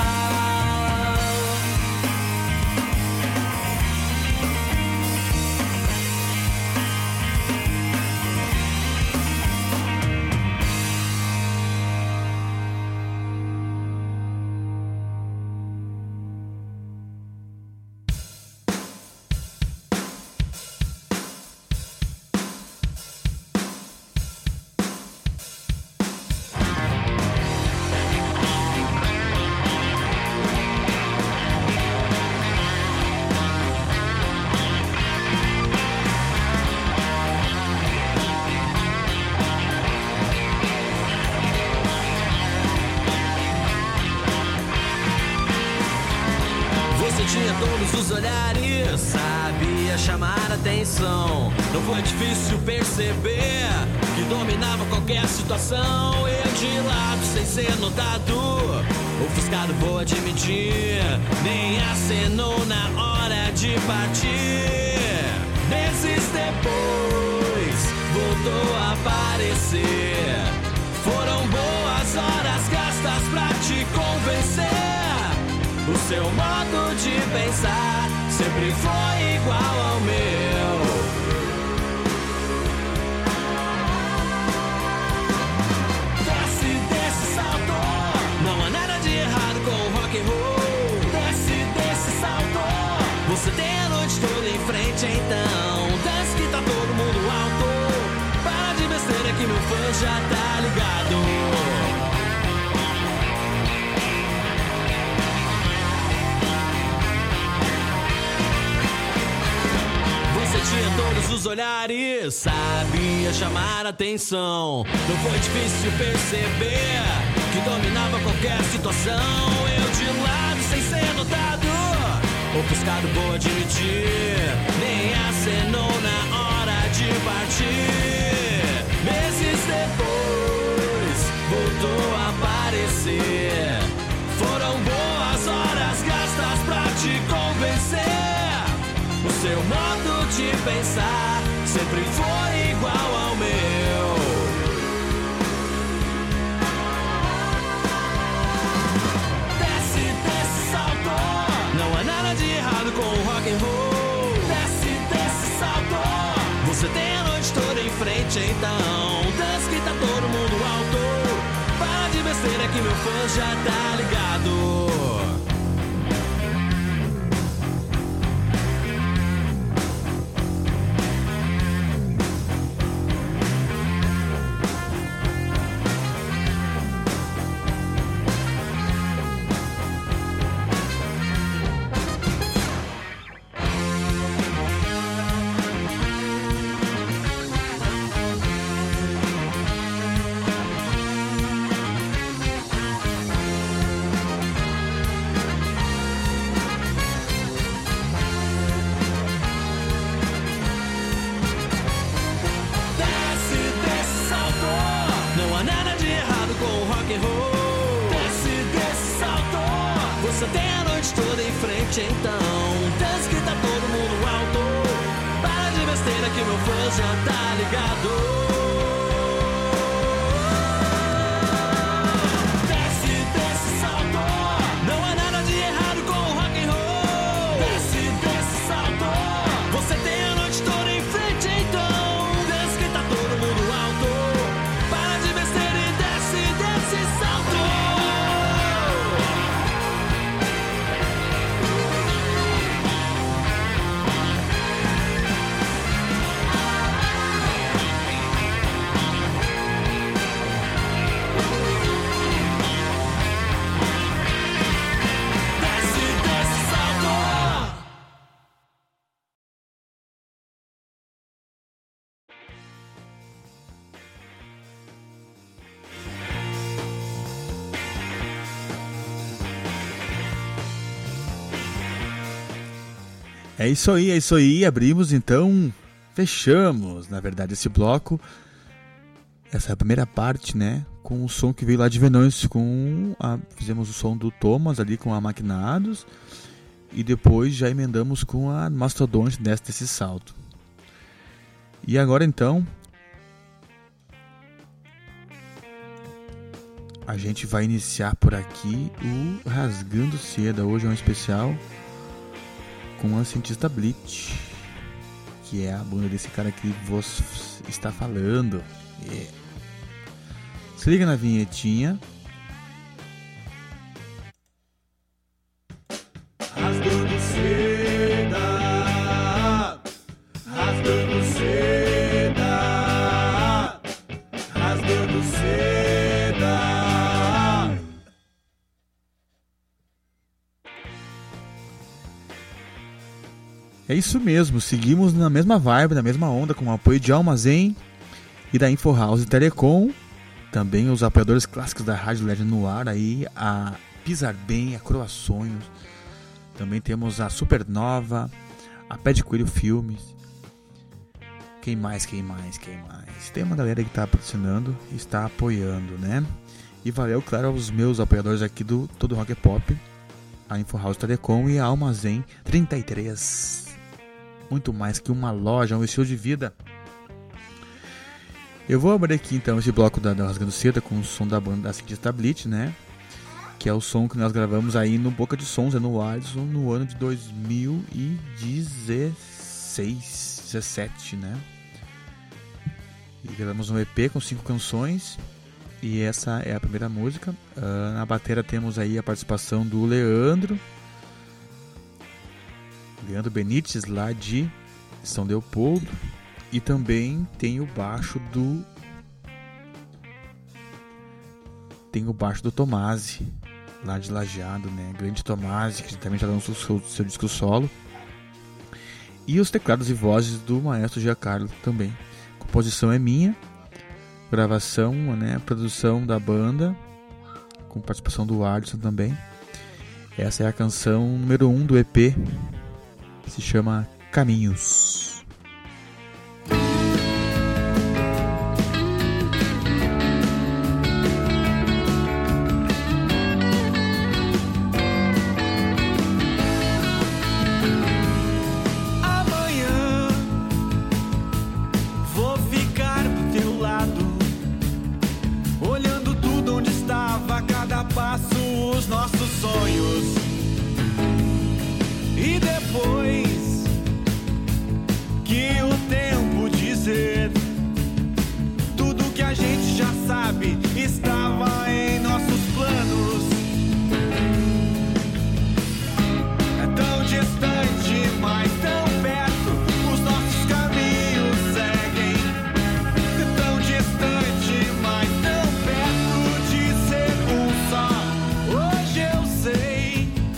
Tinha todos os olhares, sabia chamar atenção. Não foi difícil perceber que dominava qualquer situação. Eu de lado sem ser notado, ofuscado vou admitir, nem acenou na hora de partir. Meses depois voltou a aparecer. Foram boas horas gastas pra te convencer. O seu modo de pensar sempre foi igual ao meu. Desce desse salto, não há nada de errado com o rock and roll. Desce desse salto, você tem a noite toda em frente, então desce que tá todo mundo alto. Para de besteira que meu fã já tá ligado. Tinha todos os olhares, sabia chamar atenção. Não foi difícil perceber que dominava qualquer situação. Eu de lado sem ser notado, ofuscado vou admitir, nem acenou na hora de partir. Meses depois voltou a aparecer. Foram boas horas gastas pra te convencer. O seu modo de pensar sempre foi igual ao meu. Desce desse salto, não há nada de errado com o rock and roll. Desce desse salto, você tem a noite toda em frente, então desce que tá todo mundo alto. Para de besteira que meu fã já tá ligado. Você tem a noite toda em frente, então desce que tá todo mundo alto. Para de besteira que meu fã já tá ligado. É isso aí, é isso aí. Abrimos então, fechamos, na verdade, esse bloco. Essa é a primeira parte, né? Com o som que veio lá de Venões, com a, fizemos o som do Thomas ali com a Maquinados. E depois já emendamos com a Mastodonte desse, desse salto. E agora então, a gente vai iniciar por aqui o Rasgando Seda. Hoje é um especial com a Cientista Bleach, que é a banda desse cara que vos está falando. Yeah. Se liga na vinhetinha. Rasgando seda, rasgando seda, rasgando seda. É isso mesmo, seguimos na mesma vibe, na mesma onda, com o apoio de Almazém e da InfoHouse Telecom. Também os apoiadores clássicos da Rádio Legend no ar, aí a Pisar Bem, a Croações. Também temos a Supernova, a Pé de Coelho Filmes. Quem mais, quem mais, quem mais? Tem uma galera que está patrocinando e está apoiando, né? E valeu, claro, aos meus apoiadores aqui do Todo Rock é Pop, a InfoHouse Telecom e a Almazém trinta e três. Muito mais que uma loja, um estilo de vida. Eu vou abrir aqui então esse bloco da, da Rasgando Seda com o som da banda da Cientista Bleach, né? Que é o som que nós gravamos aí no Boca de Sons, é no Alisson, no ano de dois mil e dezesseis, dezessete, né? E gravamos um E P com cinco canções. E essa é a primeira música. Uh, na bateria temos aí a participação do Leandro. Leandro Benites, lá de São Leopoldo. E também tem o baixo do... Tem o baixo do Tomasi, lá de Lajeado, né? Grande Tomasi, que também já lançou seu, seu disco solo. E os teclados e vozes do maestro Giancarlo também. A composição é minha. Gravação, né? Produção da banda, com participação do Alisson também. Essa é a canção número um do E P. Se chama Caminhos. Hoje eu sei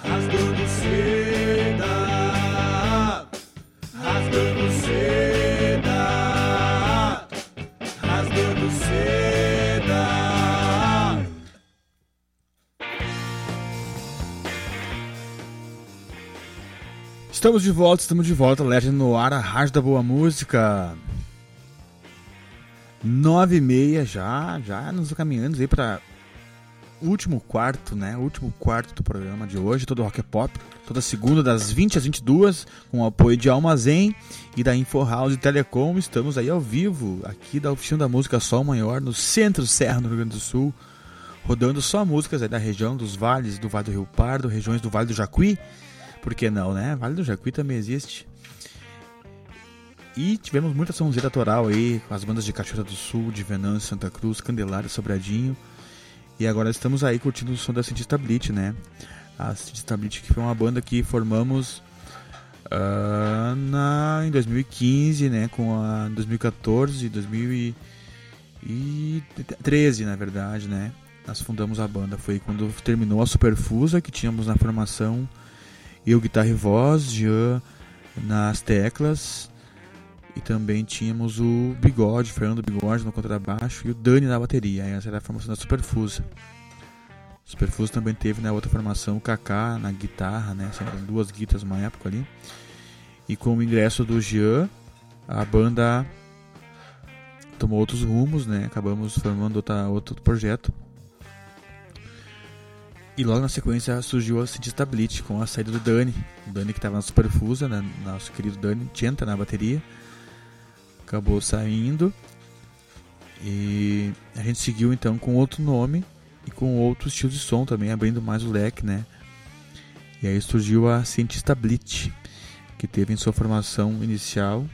rasgando seda, rasgando seda, rasgando seda. Estamos de volta, estamos de volta, Legend no ar, a Rádio da Boa Música. Nove e meia já, já nos encaminhando aí para o último quarto, né? O último quarto do programa de hoje, todo Rock é Pop. Toda segunda, das vinte às vinte e duas, com o apoio de Almazém e da Info House e Telecom. Estamos aí ao vivo, aqui da Oficina da Música Sol Maior, no centro Serra, no Rio Grande do Sul, rodando só músicas aí da região dos vales, do Vale do Rio Pardo, regiões do Vale do Jacuí. Por que não, né? Vale do Jacuí também existe. E tivemos muita sonzeira autoral aí, com as bandas de Cachoeira do Sul, de Venâncio, Santa Cruz, Candelária, Sobradinho. E agora estamos aí curtindo o som da Cientista Blitz, né? A Cientista Blitz, que foi uma banda que formamos uh, na, em dois mil e quinze, né? Com a dois mil e quatorze, dois mil e treze, na verdade, né? Nós fundamos a banda. Foi quando terminou a Superfusa, que tínhamos na formação eu, guitarra e voz, Jean nas teclas, e também tínhamos o Bigode, Fernando Bigode no contrabaixo e o Dani na bateria. Essa era a formação da Superfusa. Superfusa também teve na outra formação o Kaká na guitarra, né? Eram duas guitarras numa época ali. E com o ingresso do Jean, a banda tomou outros rumos, né? Acabamos formando outra, outro projeto. E logo na sequência surgiu a Cientista Blitz com a saída do Dani. O Dani que estava na Superfusa, né? Nosso querido Dani Tchenta na bateria. Acabou saindo. E a gente seguiu então com outro nome e com outro estilo de som também, abrindo mais o leque, né? E aí surgiu a Cientista Blitz, que teve em sua formação inicial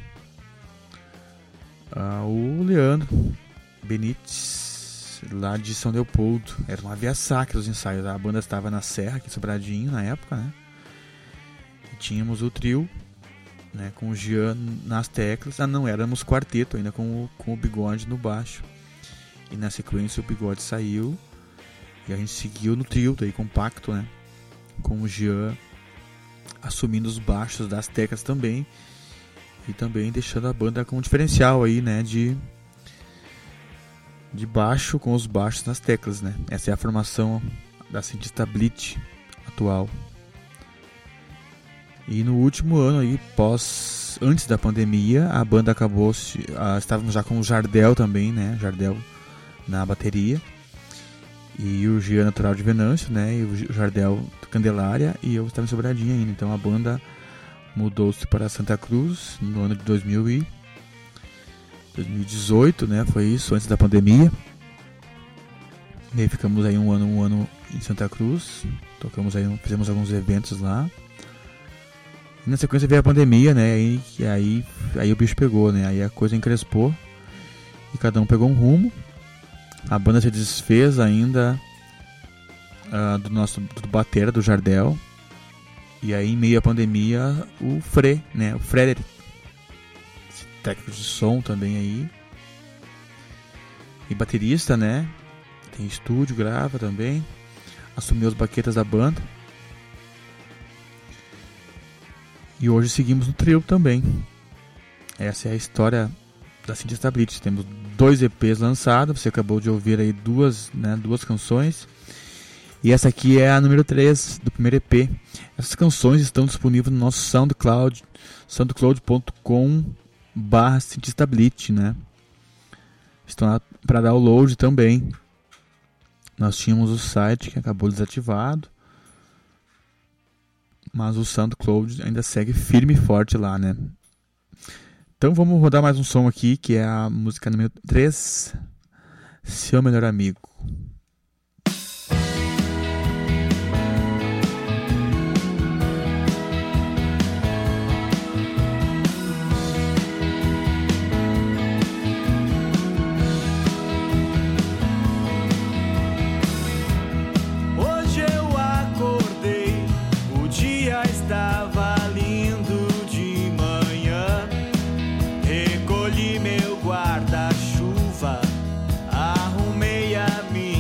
uh, o Leandro Benites, lá de São Leopoldo. Era uma via sacra os ensaios. A banda estava na Serra, aqui em Sobradinho, na época, né? E tínhamos o trio, né, com o Jean nas teclas. Ah, não, éramos quarteto ainda, com o, com o Bigode no baixo. E na sequência o Bigode saiu e a gente seguiu no trio daí compacto, né, com o Jean assumindo os baixos das teclas também, e também deixando a banda com um diferencial aí, né, de de baixo com os baixos nas teclas, né? Essa é a formação da Cientista Blitz atual. E no último ano aí, pós, antes da pandemia, a banda acabou, uh, estávamos já com o Jardel também, né? Jardel na bateria. E o Jean natural de Venâncio, né? E o Jardel Candelária, e eu estava em Sobradinho ainda. Então a banda mudou-se para Santa Cruz no ano de dois mil e dezoito, né? Foi isso, antes da pandemia. E aí ficamos aí um ano, um ano em Santa Cruz. Tocamos aí, fizemos alguns eventos lá. E na sequência veio a pandemia, né? E aí, aí, aí o bicho pegou, né? Aí a coisa encrespou e cada um pegou um rumo. A banda se desfez ainda uh, do nosso do batera, do Jardel. E aí, em meio à pandemia, o Fre, né? O Frederic, técnico de som também aí. E baterista, né? Tem estúdio, grava também. Assumiu as baquetas da banda. E hoje seguimos no trio também. Essa é a história da Cientista Blitz. Temos dois E Pês lançados. Você acabou de ouvir aí duas, né, duas canções. E essa aqui é a número três do primeiro E P. Essas canções estão disponíveis no nosso SoundCloud, soundcloud ponto com barra Cientista Blitz, né? Estão lá para download também. Nós tínhamos o site que acabou desativado, mas o SoundCloud ainda segue firme e forte lá, né? Então vamos rodar mais um som aqui, que é a música número três, Seu Melhor Amigo. Recolhi meu guarda-chuva, arrumei a minha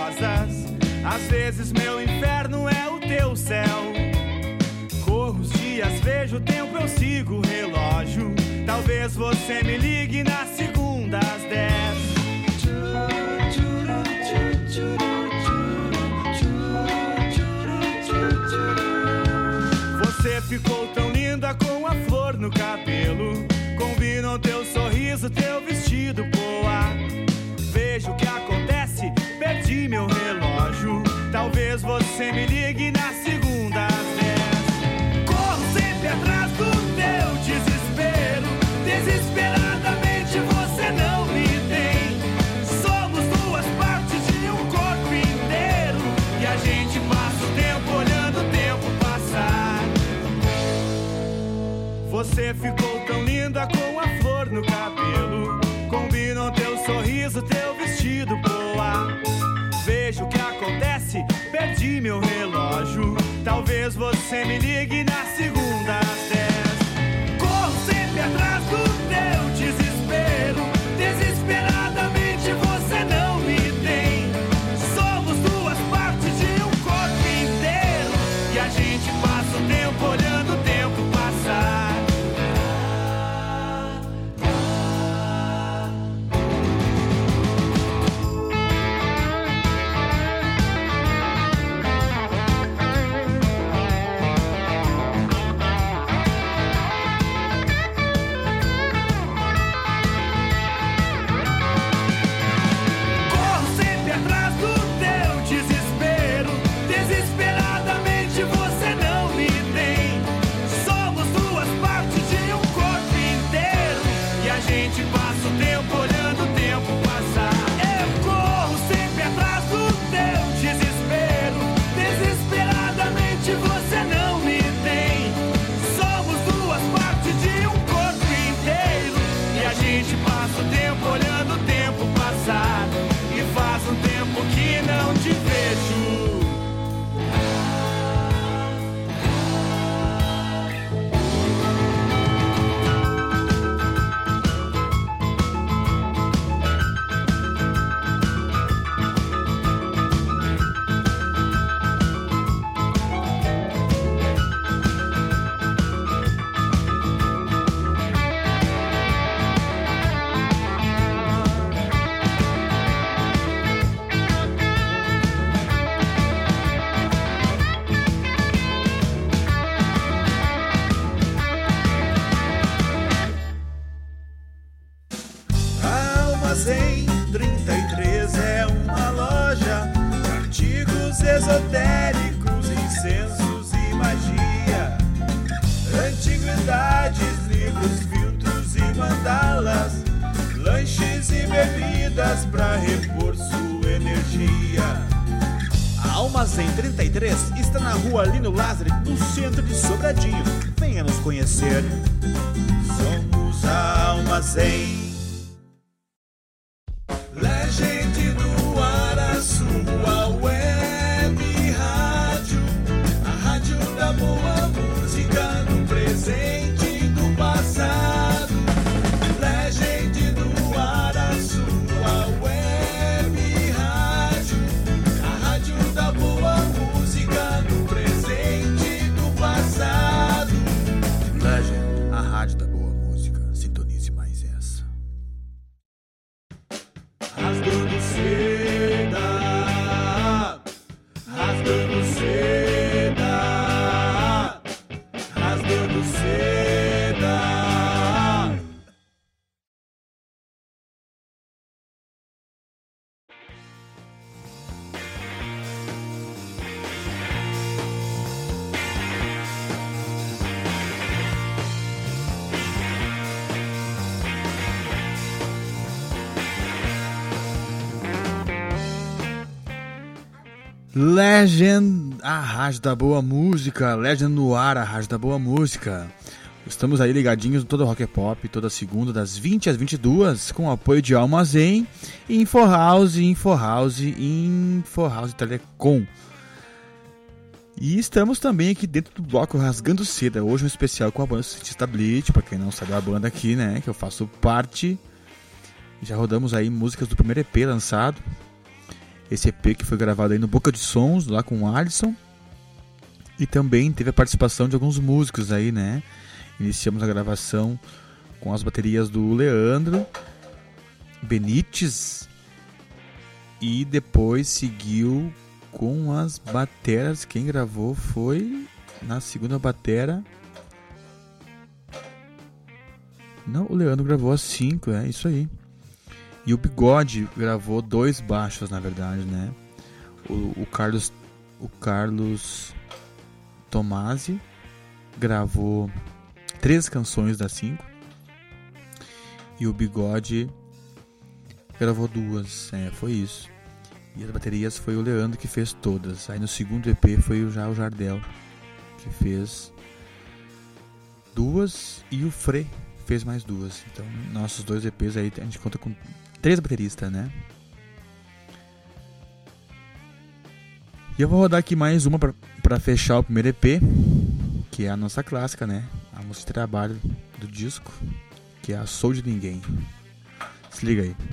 rosas. Às vezes meu inferno é o teu céu. Corro os dias, vejo o tempo, eu sigo o relógio. Talvez você me ligue na segunda às dez. Você ficou tão linda com a flor no cabelo. Combina o teu sorriso, teu vestido boa. Vejo o que acontece, perdi meu relógio. Talvez você me ligue na segunda às dez. Corro sempre atrás do teu desespero. Desesperadamente você não me tem. Somos duas partes de um corpo inteiro. E a gente passa o tempo olhando o tempo passar. Você ficou tão linda com a flor no cabelo. Combina o teu sorriso, teu vestido boa. Vejo o que acontece, perdi meu relógio. Talvez você me ligue na segunda às dez. Corro sempre atrás do teu desespero. Desesperadamente você não me tem. Somos duas partes de um corpo inteiro. E a gente passa o tempo olhando o tempo passar. Esotéricos, incensos e magia, antiguidades, livros, filtros e mandalas, lanches e bebidas pra repor sua energia. A Almazém trinta e três está na rua Lino Lázaro, no centro de Sobradinho. Venha nos conhecer. Somos a Almazém. Legend no ar, a sua web rádio, a rádio da boa música no presente e no passado. Legend no ar, a sua web rádio, a rádio da boa música no presente e no passado. Legend, a rádio da boa música. Sintonize mais essa. Rasgando seda, rasgando seda, rasgando seda. Legend, a rádio da boa música. Legend no ar, a rádio da boa música. Estamos aí ligadinhos no todo Rock Pop, toda segunda, das vinte às vinte e duas, com o apoio de Almazém, InfoHouse, InfoHouse, InfoHouse Telecom. E estamos também aqui dentro do bloco Rasgando Seda. Hoje um especial com a banda Cientista Bleach, pra quem não sabe a banda aqui, né, que eu faço parte. Já rodamos aí músicas do primeiro E P lançado. esse E P que foi gravado aí no Boca de Sons, lá com o Alisson. E também teve a participação de alguns músicos aí, né? Iniciamos a gravação com as baterias do Leandro Benites e depois seguiu com as bateras. Quem gravou foi na segunda batera. Não, o Leandro gravou as cinco, é isso aí. E o Bigode gravou dois baixos, na verdade, né? O, o Carlos, o Carlos Tomasi gravou três canções das cinco. E o Bigode gravou duas, é, foi isso. E as baterias foi o Leandro que fez todas. Aí no segundo E P foi já o Jardel que fez duas e o Fre fez mais duas. Então nossos dois E Ps aí a gente conta com três bateristas, né? E eu vou rodar aqui mais uma pra, pra fechar o primeiro E P, que é a nossa clássica, né? A música de trabalho do disco, que é a Sou de Ninguém. Se liga aí.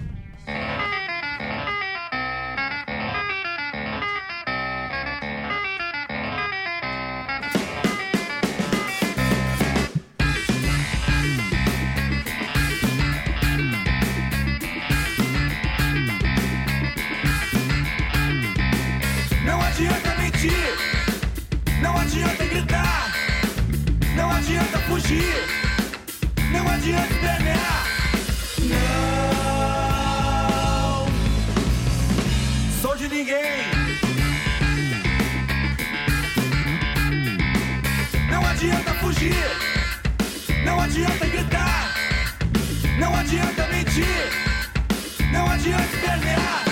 Não adianta mentir, não adianta gritar, não adianta fugir, não adianta espernear. Não sou de ninguém. Não adianta fugir, não adianta gritar, não adianta mentir, não adianta espernear.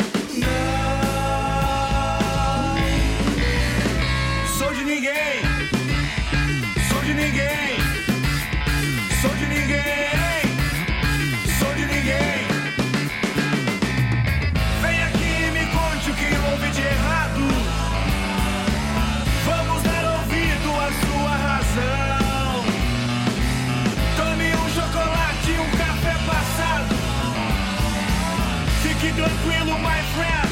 Sou de ninguém, sou de ninguém, sou de ninguém, sou de ninguém. Vem aqui e me conte o que houve de errado. Vamos dar ouvido à sua razão. Tome um chocolate e um café passado. Fique tranquilo, my friend.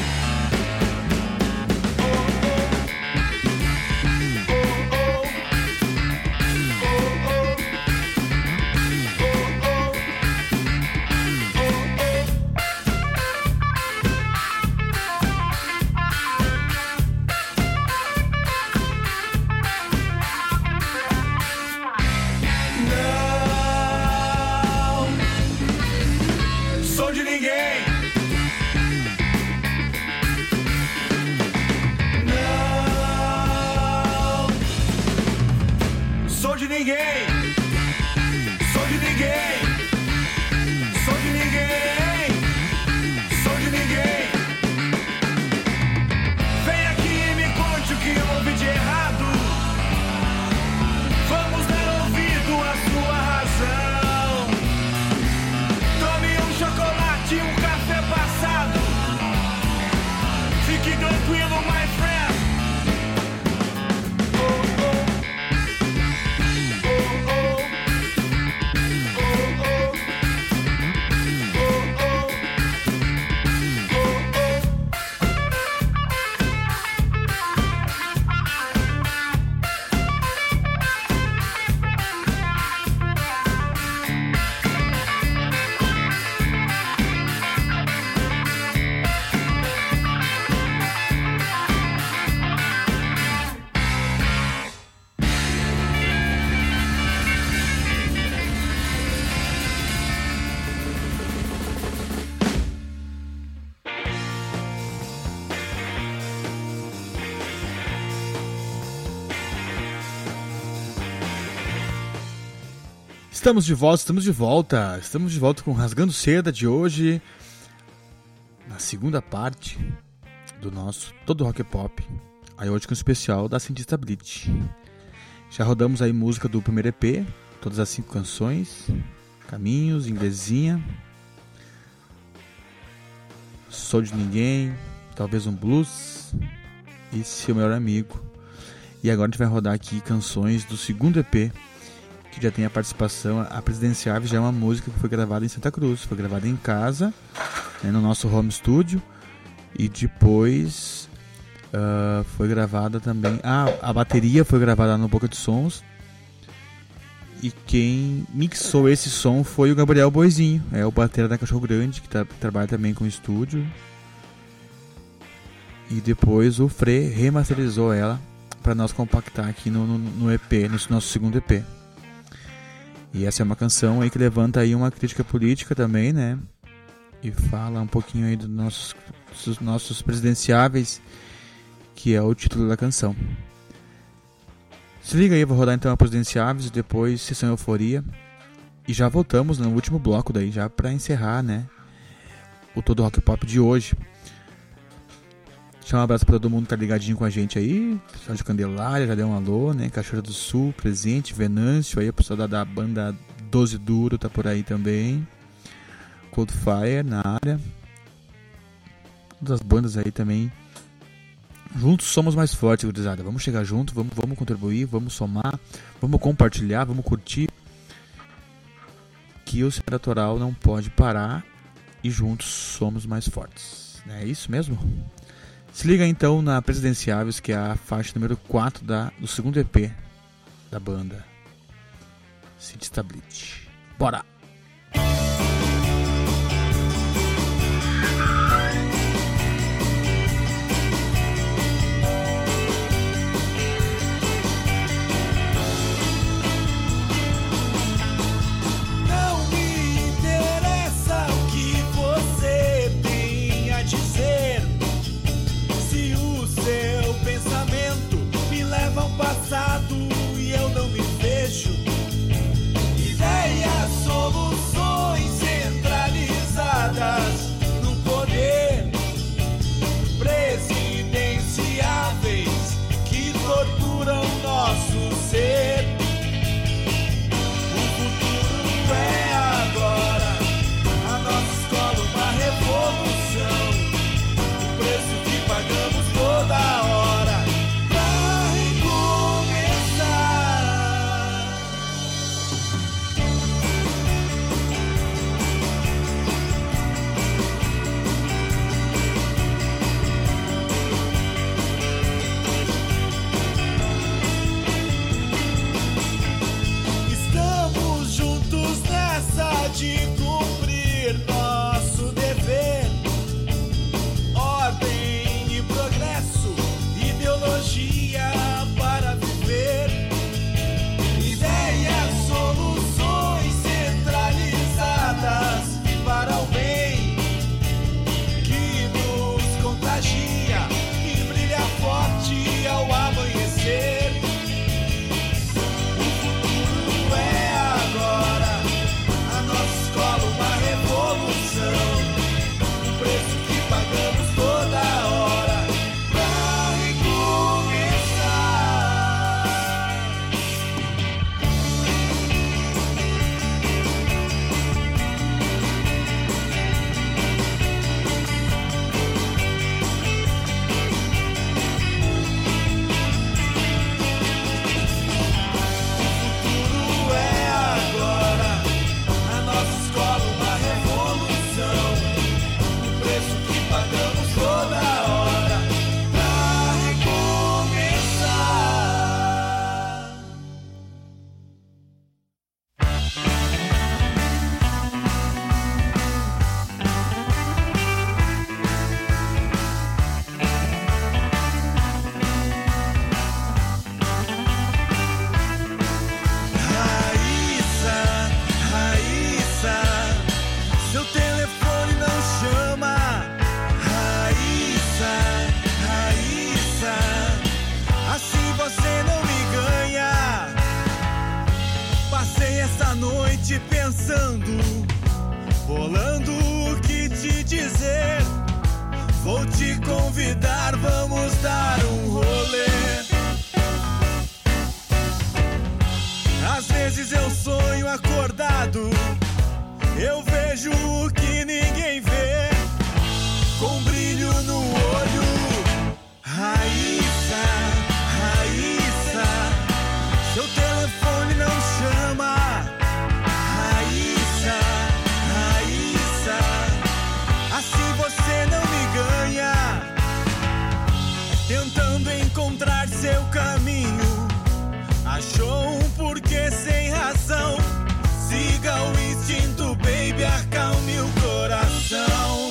Estamos de volta, estamos de volta, estamos de volta com Rasgando Seda de hoje, na segunda parte do nosso Todo Rock Pop, aí hoje com o especial da Cientista Blitz. Já rodamos aí música do primeiro E P, todas as cinco canções, Caminhos, Inglesinha, Sou de Ninguém, Talvez um Blues e Seu Melhor Amigo. E agora a gente vai rodar aqui canções do segundo E P, que já tem a participação. A Presidenciável já é uma música que foi gravada em Santa Cruz, foi gravada em casa, né, no nosso home studio, E depois uh, foi gravada também... Ah, a bateria foi gravada no Boca de Sons. E quem mixou esse som foi o Gabriel Boizinho. É o batera da Cachorro Grande, que, tá, que trabalha também com o estúdio. E depois o Fre remasterizou ela para nós compactar aqui no, no, no E P, no nosso segundo E P. E essa é uma canção aí que levanta aí uma crítica política também, né? E fala um pouquinho aí dos nossos, dos nossos presidenciáveis, que é o título da canção. Se liga aí, vou rodar então a Presidenciáveis e depois Sessão Euforia. E já voltamos no último bloco daí, já pra encerrar, né? O Todo Rock Pop de hoje. Deixa um abraço pra todo mundo que tá ligadinho com a gente aí. Pessoal de Candelária, já deu um alô, né? Cachoeira do Sul, presente. Venâncio aí, o pessoal da, da banda doze Duro tá por aí também. Coldfire na área. Todas as bandas aí também. Juntos somos mais fortes, gurizada. Vamos chegar junto, vamos, vamos contribuir, vamos somar, vamos compartilhar, vamos curtir. Que o cenário eleitoral não pode parar e juntos somos mais fortes. É isso mesmo? Se liga então na Presidenciáveis, que é a faixa número quatro da, do segundo E P da banda. City Stability. Bora! E eu não me vejo. Ideias, soluções centralizadas no poder, presidenciáveis que torturam nosso ser. O futuro é agora, a nossa escola uma revolução, o preço que pagamos toda hora. De cumprir nosso dever, ordem e progresso, ideologia para viver, ideias, soluções centralizadas para o bem, que nos contagia e brilha forte ao amanhecer. O futuro é agora, escola uma revolução, o preço que pagamos toda hora pra recomeçar. O futuro é agora, escola uma revolução, o preço que pagamos toda hora pra recomeçar. Raíssa, Raíssa, seu telefone não chama. Raíssa, Raíssa, assim você não me ganha. Passei essa noite pensando, bolando o que te dizer. Vou te convidar, vamos dar um rolê. Às vezes eu sonho acordado, eu vejo o que ninguém vê, com brilho no olho. Raíssa, Raíssa, seu telefone não chama. Raíssa, Raíssa, assim você não me ganha. tentando encontrar seu caminho. Achou um porquê sem razão. Siga o instinto, baby, acalme o coração.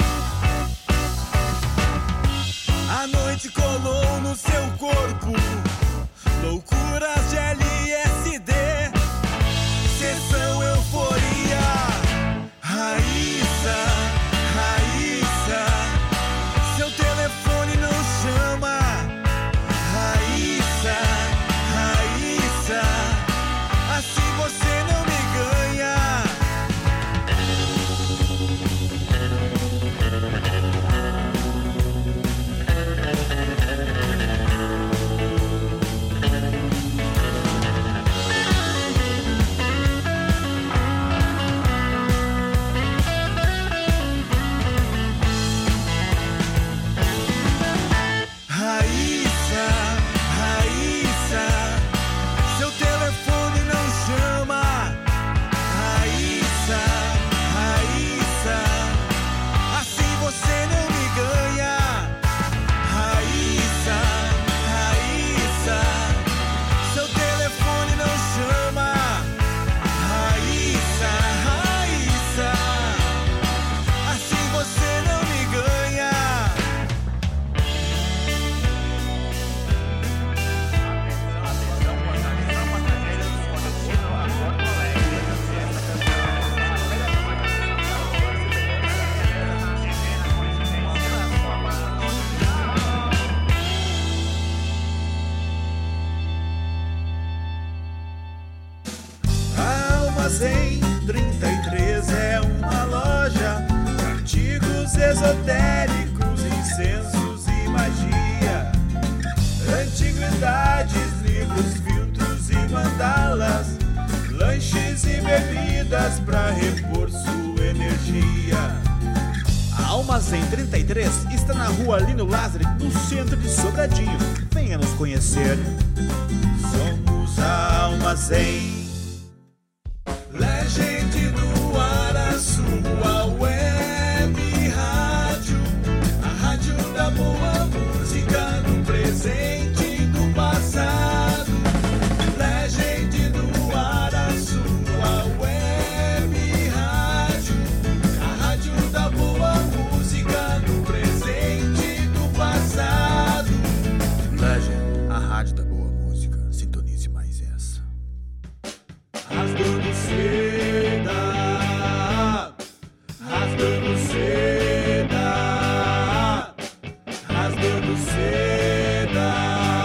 A noite colou no seu corpo, loucuras de L S D, sessão euforia. Raíssa, Raíssa, seu telefone não chama. Raíssa, Raíssa, assim você não me ganha. Raíssa, Raíssa, seu telefone não chama. Raíssa, Raíssa, assim você não me ganha. Raíssa, Raíssa, seu telefone não chama. Raíssa, Raíssa, assim você não me ganha. Armazém trinta e três é uma loja de artigos esotéricos, incensos e magia, antiguidades, livros, filtros e mandalas, lanches e bebidas pra repor sua energia. A Armazém trinta e três está na rua Lino Lázaro, no centro de Sobradinho. Venha nos conhecer. Somos a Armazém. Legende no ar, a sua web rádio, a rádio da boa música no presente e no passado. Legende no ar, a sua web rádio, a rádio da boa música no presente e no passado. Legend, a rádio da boa música, sintonize mais essa. Rasgando seda, rasgando seda, rasgando seda.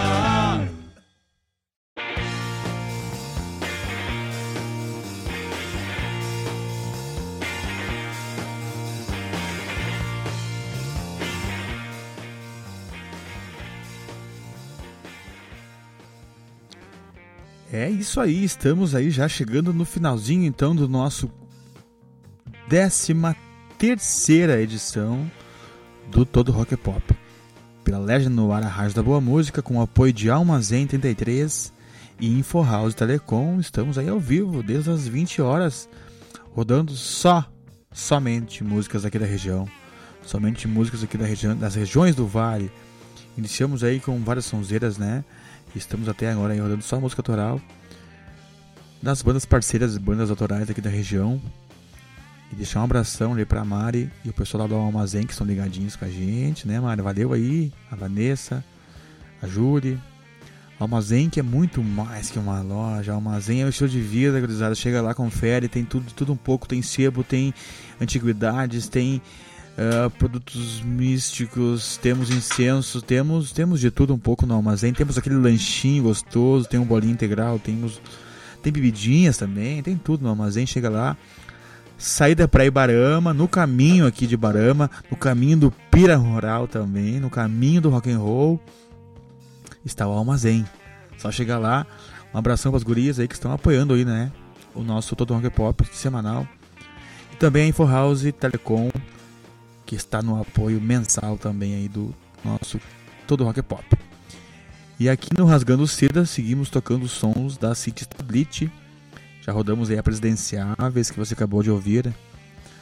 É isso aí, estamos aí já chegando no finalzinho então do nosso décima terceira edição do Todo Rock é Pop. Pela Legend no ar, a rádio da boa música, com o apoio de Armazém trinta e três e Info House Telecom. Estamos aí ao vivo desde as vinte horas, rodando só, somente músicas aqui da região, somente músicas aqui da região, das regiões do Vale. Iniciamos aí com várias sonzeiras, né? Estamos até agora aí rodando só música autoral das bandas parceiras, bandas autorais aqui da região. E deixar um abração ali pra Mari e o pessoal lá do Armazém que estão ligadinhos com a gente, né, Mari? Valeu aí, a Vanessa, a Júri. Armazém que é muito mais que uma loja. Armazém é um estilo de vida, gurizada. Chega lá, confere, tem tudo, tudo um pouco. Tem sebo, tem antiguidades, tem uh, produtos místicos, temos incenso, temos, temos de tudo um pouco no Armazém. Temos aquele lanchinho gostoso, tem um bolinho integral, temos, tem bebidinhas também, tem tudo no Armazém. Chega lá, saída para Ibarama, no caminho aqui de Ibarama, no caminho do Pira Rural também, no caminho do Rock and Roll, está o Armazém. Só chegar lá. Um abração para as gurias aí que estão apoiando aí, né, o nosso Todo Rock Pop semanal. E também a Info House Telecom, que está no apoio mensal também aí do nosso Todo Rock Pop. E aqui no Rasgando Seda seguimos tocando os sons da City Tablet. Já rodamos aí a Presidenciáveis, que você acabou de ouvir,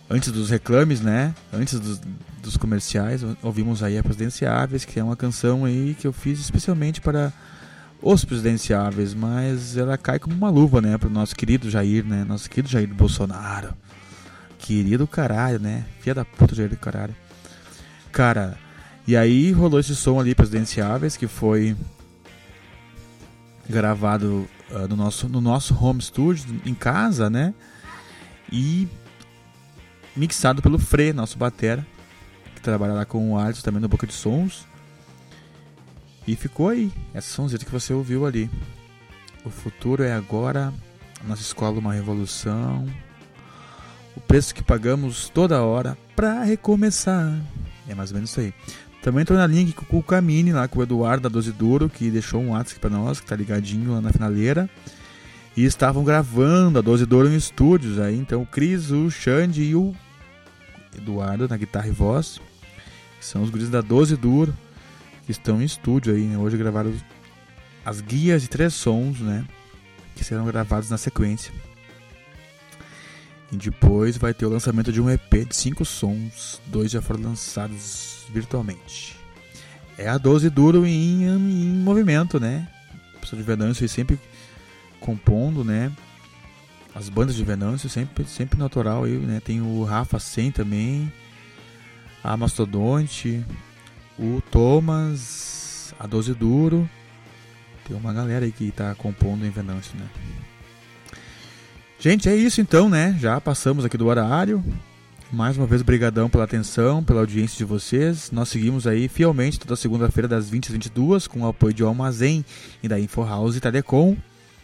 antes dos reclames, né? Antes dos, dos comerciais, ouvimos aí a Presidenciáveis, que é uma canção aí que eu fiz especialmente para os presidenciáveis, mas ela cai como uma luva, né? Para o nosso querido Jair, né? Nosso querido Jair Bolsonaro. Querido caralho, né? Filha da puta, Jair do caralho. Cara, e aí rolou esse som ali, Presidenciáveis, que foi gravado uh, no, nosso, no nosso home studio, em casa, né? E mixado pelo Fre, nosso batera, que trabalha lá com o Alisson também no Boca de Sons. E ficou aí, essa sonzeira que você ouviu ali. O futuro é agora, a nossa escola uma revolução. O preço que pagamos toda hora pra recomeçar. É mais ou menos isso aí. Também tô na linha com o Camine, lá com o Eduardo da Doze Duro, que deixou um WhatsApp pra nós, que tá ligadinho lá na finaleira. E estavam gravando a Doze Duro em estúdios aí. Então o Cris, o Xande e o Eduardo na guitarra e voz, que são os guris da Doze Duro, que estão em estúdio aí, né? Hoje gravaram as guias de três sons, né? Que serão gravados na sequência. E depois vai ter o lançamento de um E P de cinco sons. Dois já foram lançados virtualmente. É a Doze Duro em, em movimento, né? O pessoal de Venâncio sempre compondo, né? As bandas de Venâncio sempre, sempre natural aí, né? Tem o Rafa Sen também, a Mastodonte, o Thomas, a Doze Duro. Tem uma galera aí que tá compondo em Venâncio, né? Gente, é isso então, né? Já passamos aqui do horário. Mais uma vez, brigadão pela atenção, pela audiência de vocês. Nós seguimos aí fielmente toda segunda-feira das vinte às vinte e duas com o apoio de Almazém e da Info House e Telecom.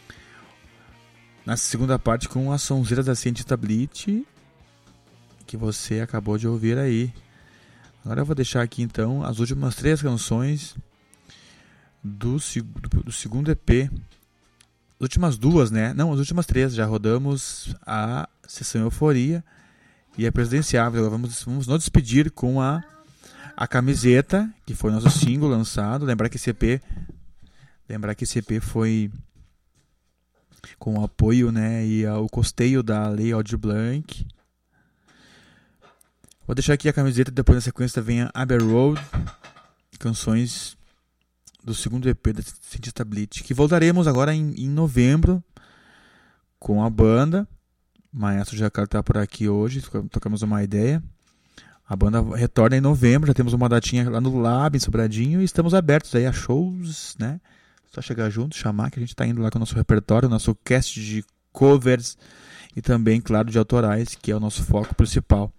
Na segunda parte com as sonzeiras da Cientista Blitz, que você acabou de ouvir aí. Agora eu vou deixar aqui então as últimas três canções do, do, do segundo E P. As últimas duas, né? Não, as últimas três. Já rodamos a Sessão Euforia e a Presidenciável. Agora vamos, vamos nos despedir com a, a Camiseta, que foi nosso single lançado. Lembrar que esse E P, lembrar que esse E P foi com o apoio, né, e a, o costeio da Lei Aldir Blanc. Vou deixar aqui a Camiseta e depois na sequência vem a Abbey Road, canções do segundo E P da Cientista Blitz, que voltaremos agora em, em novembro com a banda. Maestro Jacaré está por aqui hoje, tocamos uma ideia. A banda retorna em novembro, já temos uma datinha lá no Lab, em Sobradinho, e estamos abertos aí a shows, né? Só chegar junto, chamar, que a gente está indo lá com o nosso repertório, o nosso cast de covers e também, claro, de autorais, que é o nosso foco principal.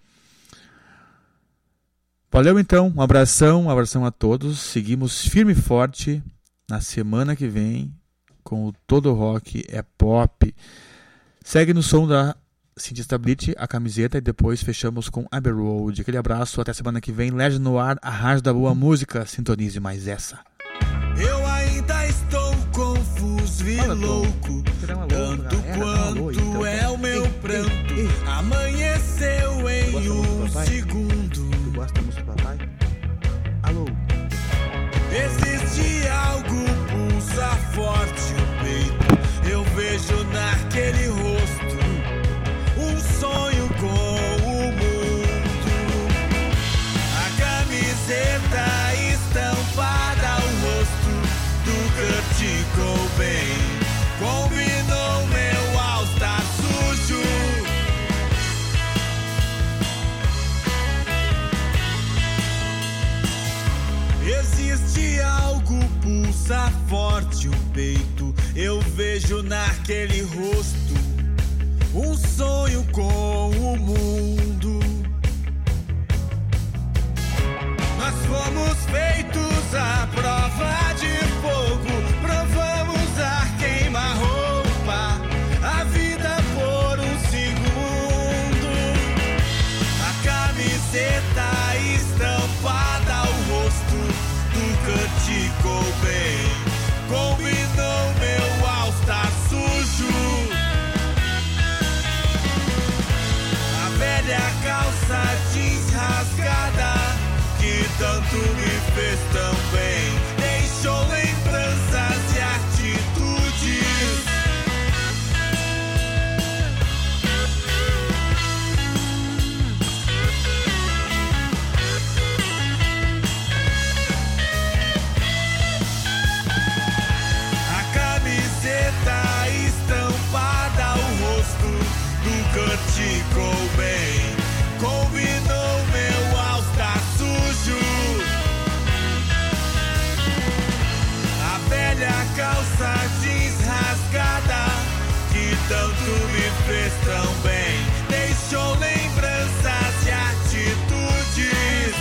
Valeu então, um abração, um abração a todos. Seguimos firme e forte na semana que vem com o Todo Rock é Pop. Segue no som da Cientista Blitz, a Camiseta, e depois fechamos com Abbey Road. Aquele abraço, até semana que vem. Legend no ar, a rádio da boa música. Sintonize mais essa. Eu ainda estou confuso e Fala, louco, tanto quanto é o meu pranto. Amanheceu em um segundo. Tu gosta da música do papai? Alô? Existe algo, pulsa forte o peito. Eu vejo naquele rosto um sonho com o mundo. A camiseta estampada ao rosto do Kurt Cobain combinou meu all-star sujo. Existe algo, pulsa forte o peito. Eu vejo naquele rosto um sonho com o mundo. Nós fomos feitos à prova de fogo. Provamos a queima-roupa, a vida por um segundo. A camiseta estampada ao rosto do Kurt Cobain combinou meu all-star sujo. A velha calça jeans rasgada que tanto me fez tão bem deixou lembranças e atitudes. calça jeans rasgada que tanto me fez tão bem, deixou lembranças e atitudes.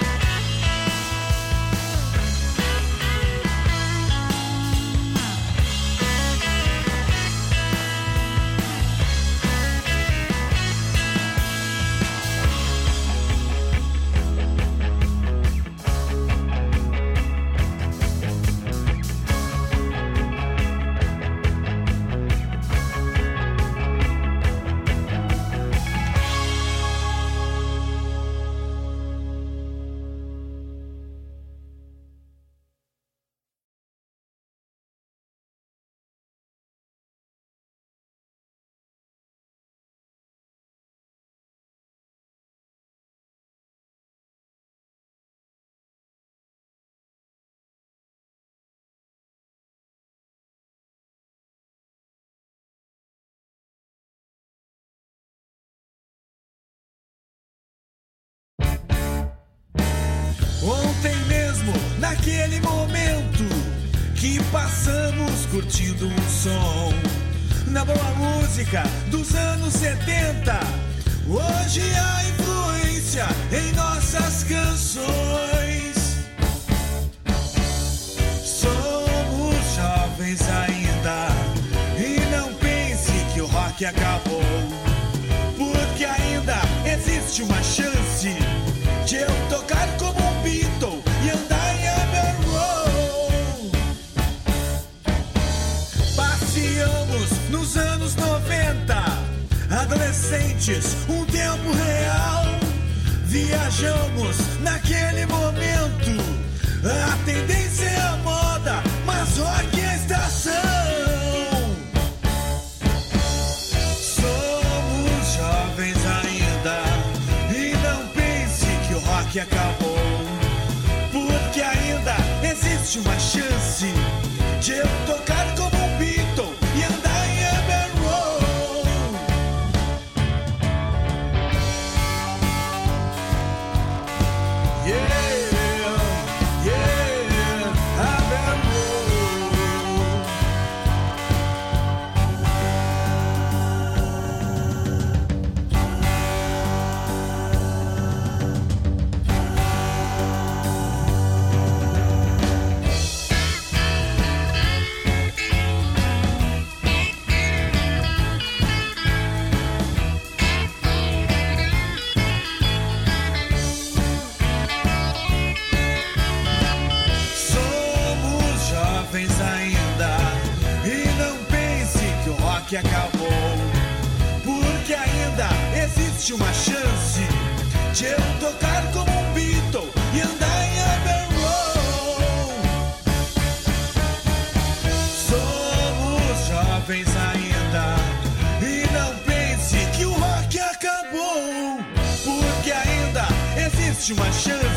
Ontem mesmo, naquele momento que passamos curtindo um som, na boa música dos anos setenta, hoje há influência em nossas canções. Somos jovens ainda e não pense que o rock acabou, porque ainda existe uma chance de eu tocar como um Beatle e andar em Abbey Road. Passeamos nos anos noventa, adolescentes, um tempo real. Viajamos naquele momento, a tendência é a moda, mas rock é a estação. Somos jovens ainda e não pense que o rock acabou, porque ainda existe uma chance de eu tocar como um Beatle e andar em Abbey Road. Yeah, yeah, Abbey Road. Que acabou, porque ainda existe uma chance de eu tocar como um Beatle e andar em Abbey Road. Somos jovens ainda e não pense que o rock acabou, porque ainda existe uma chance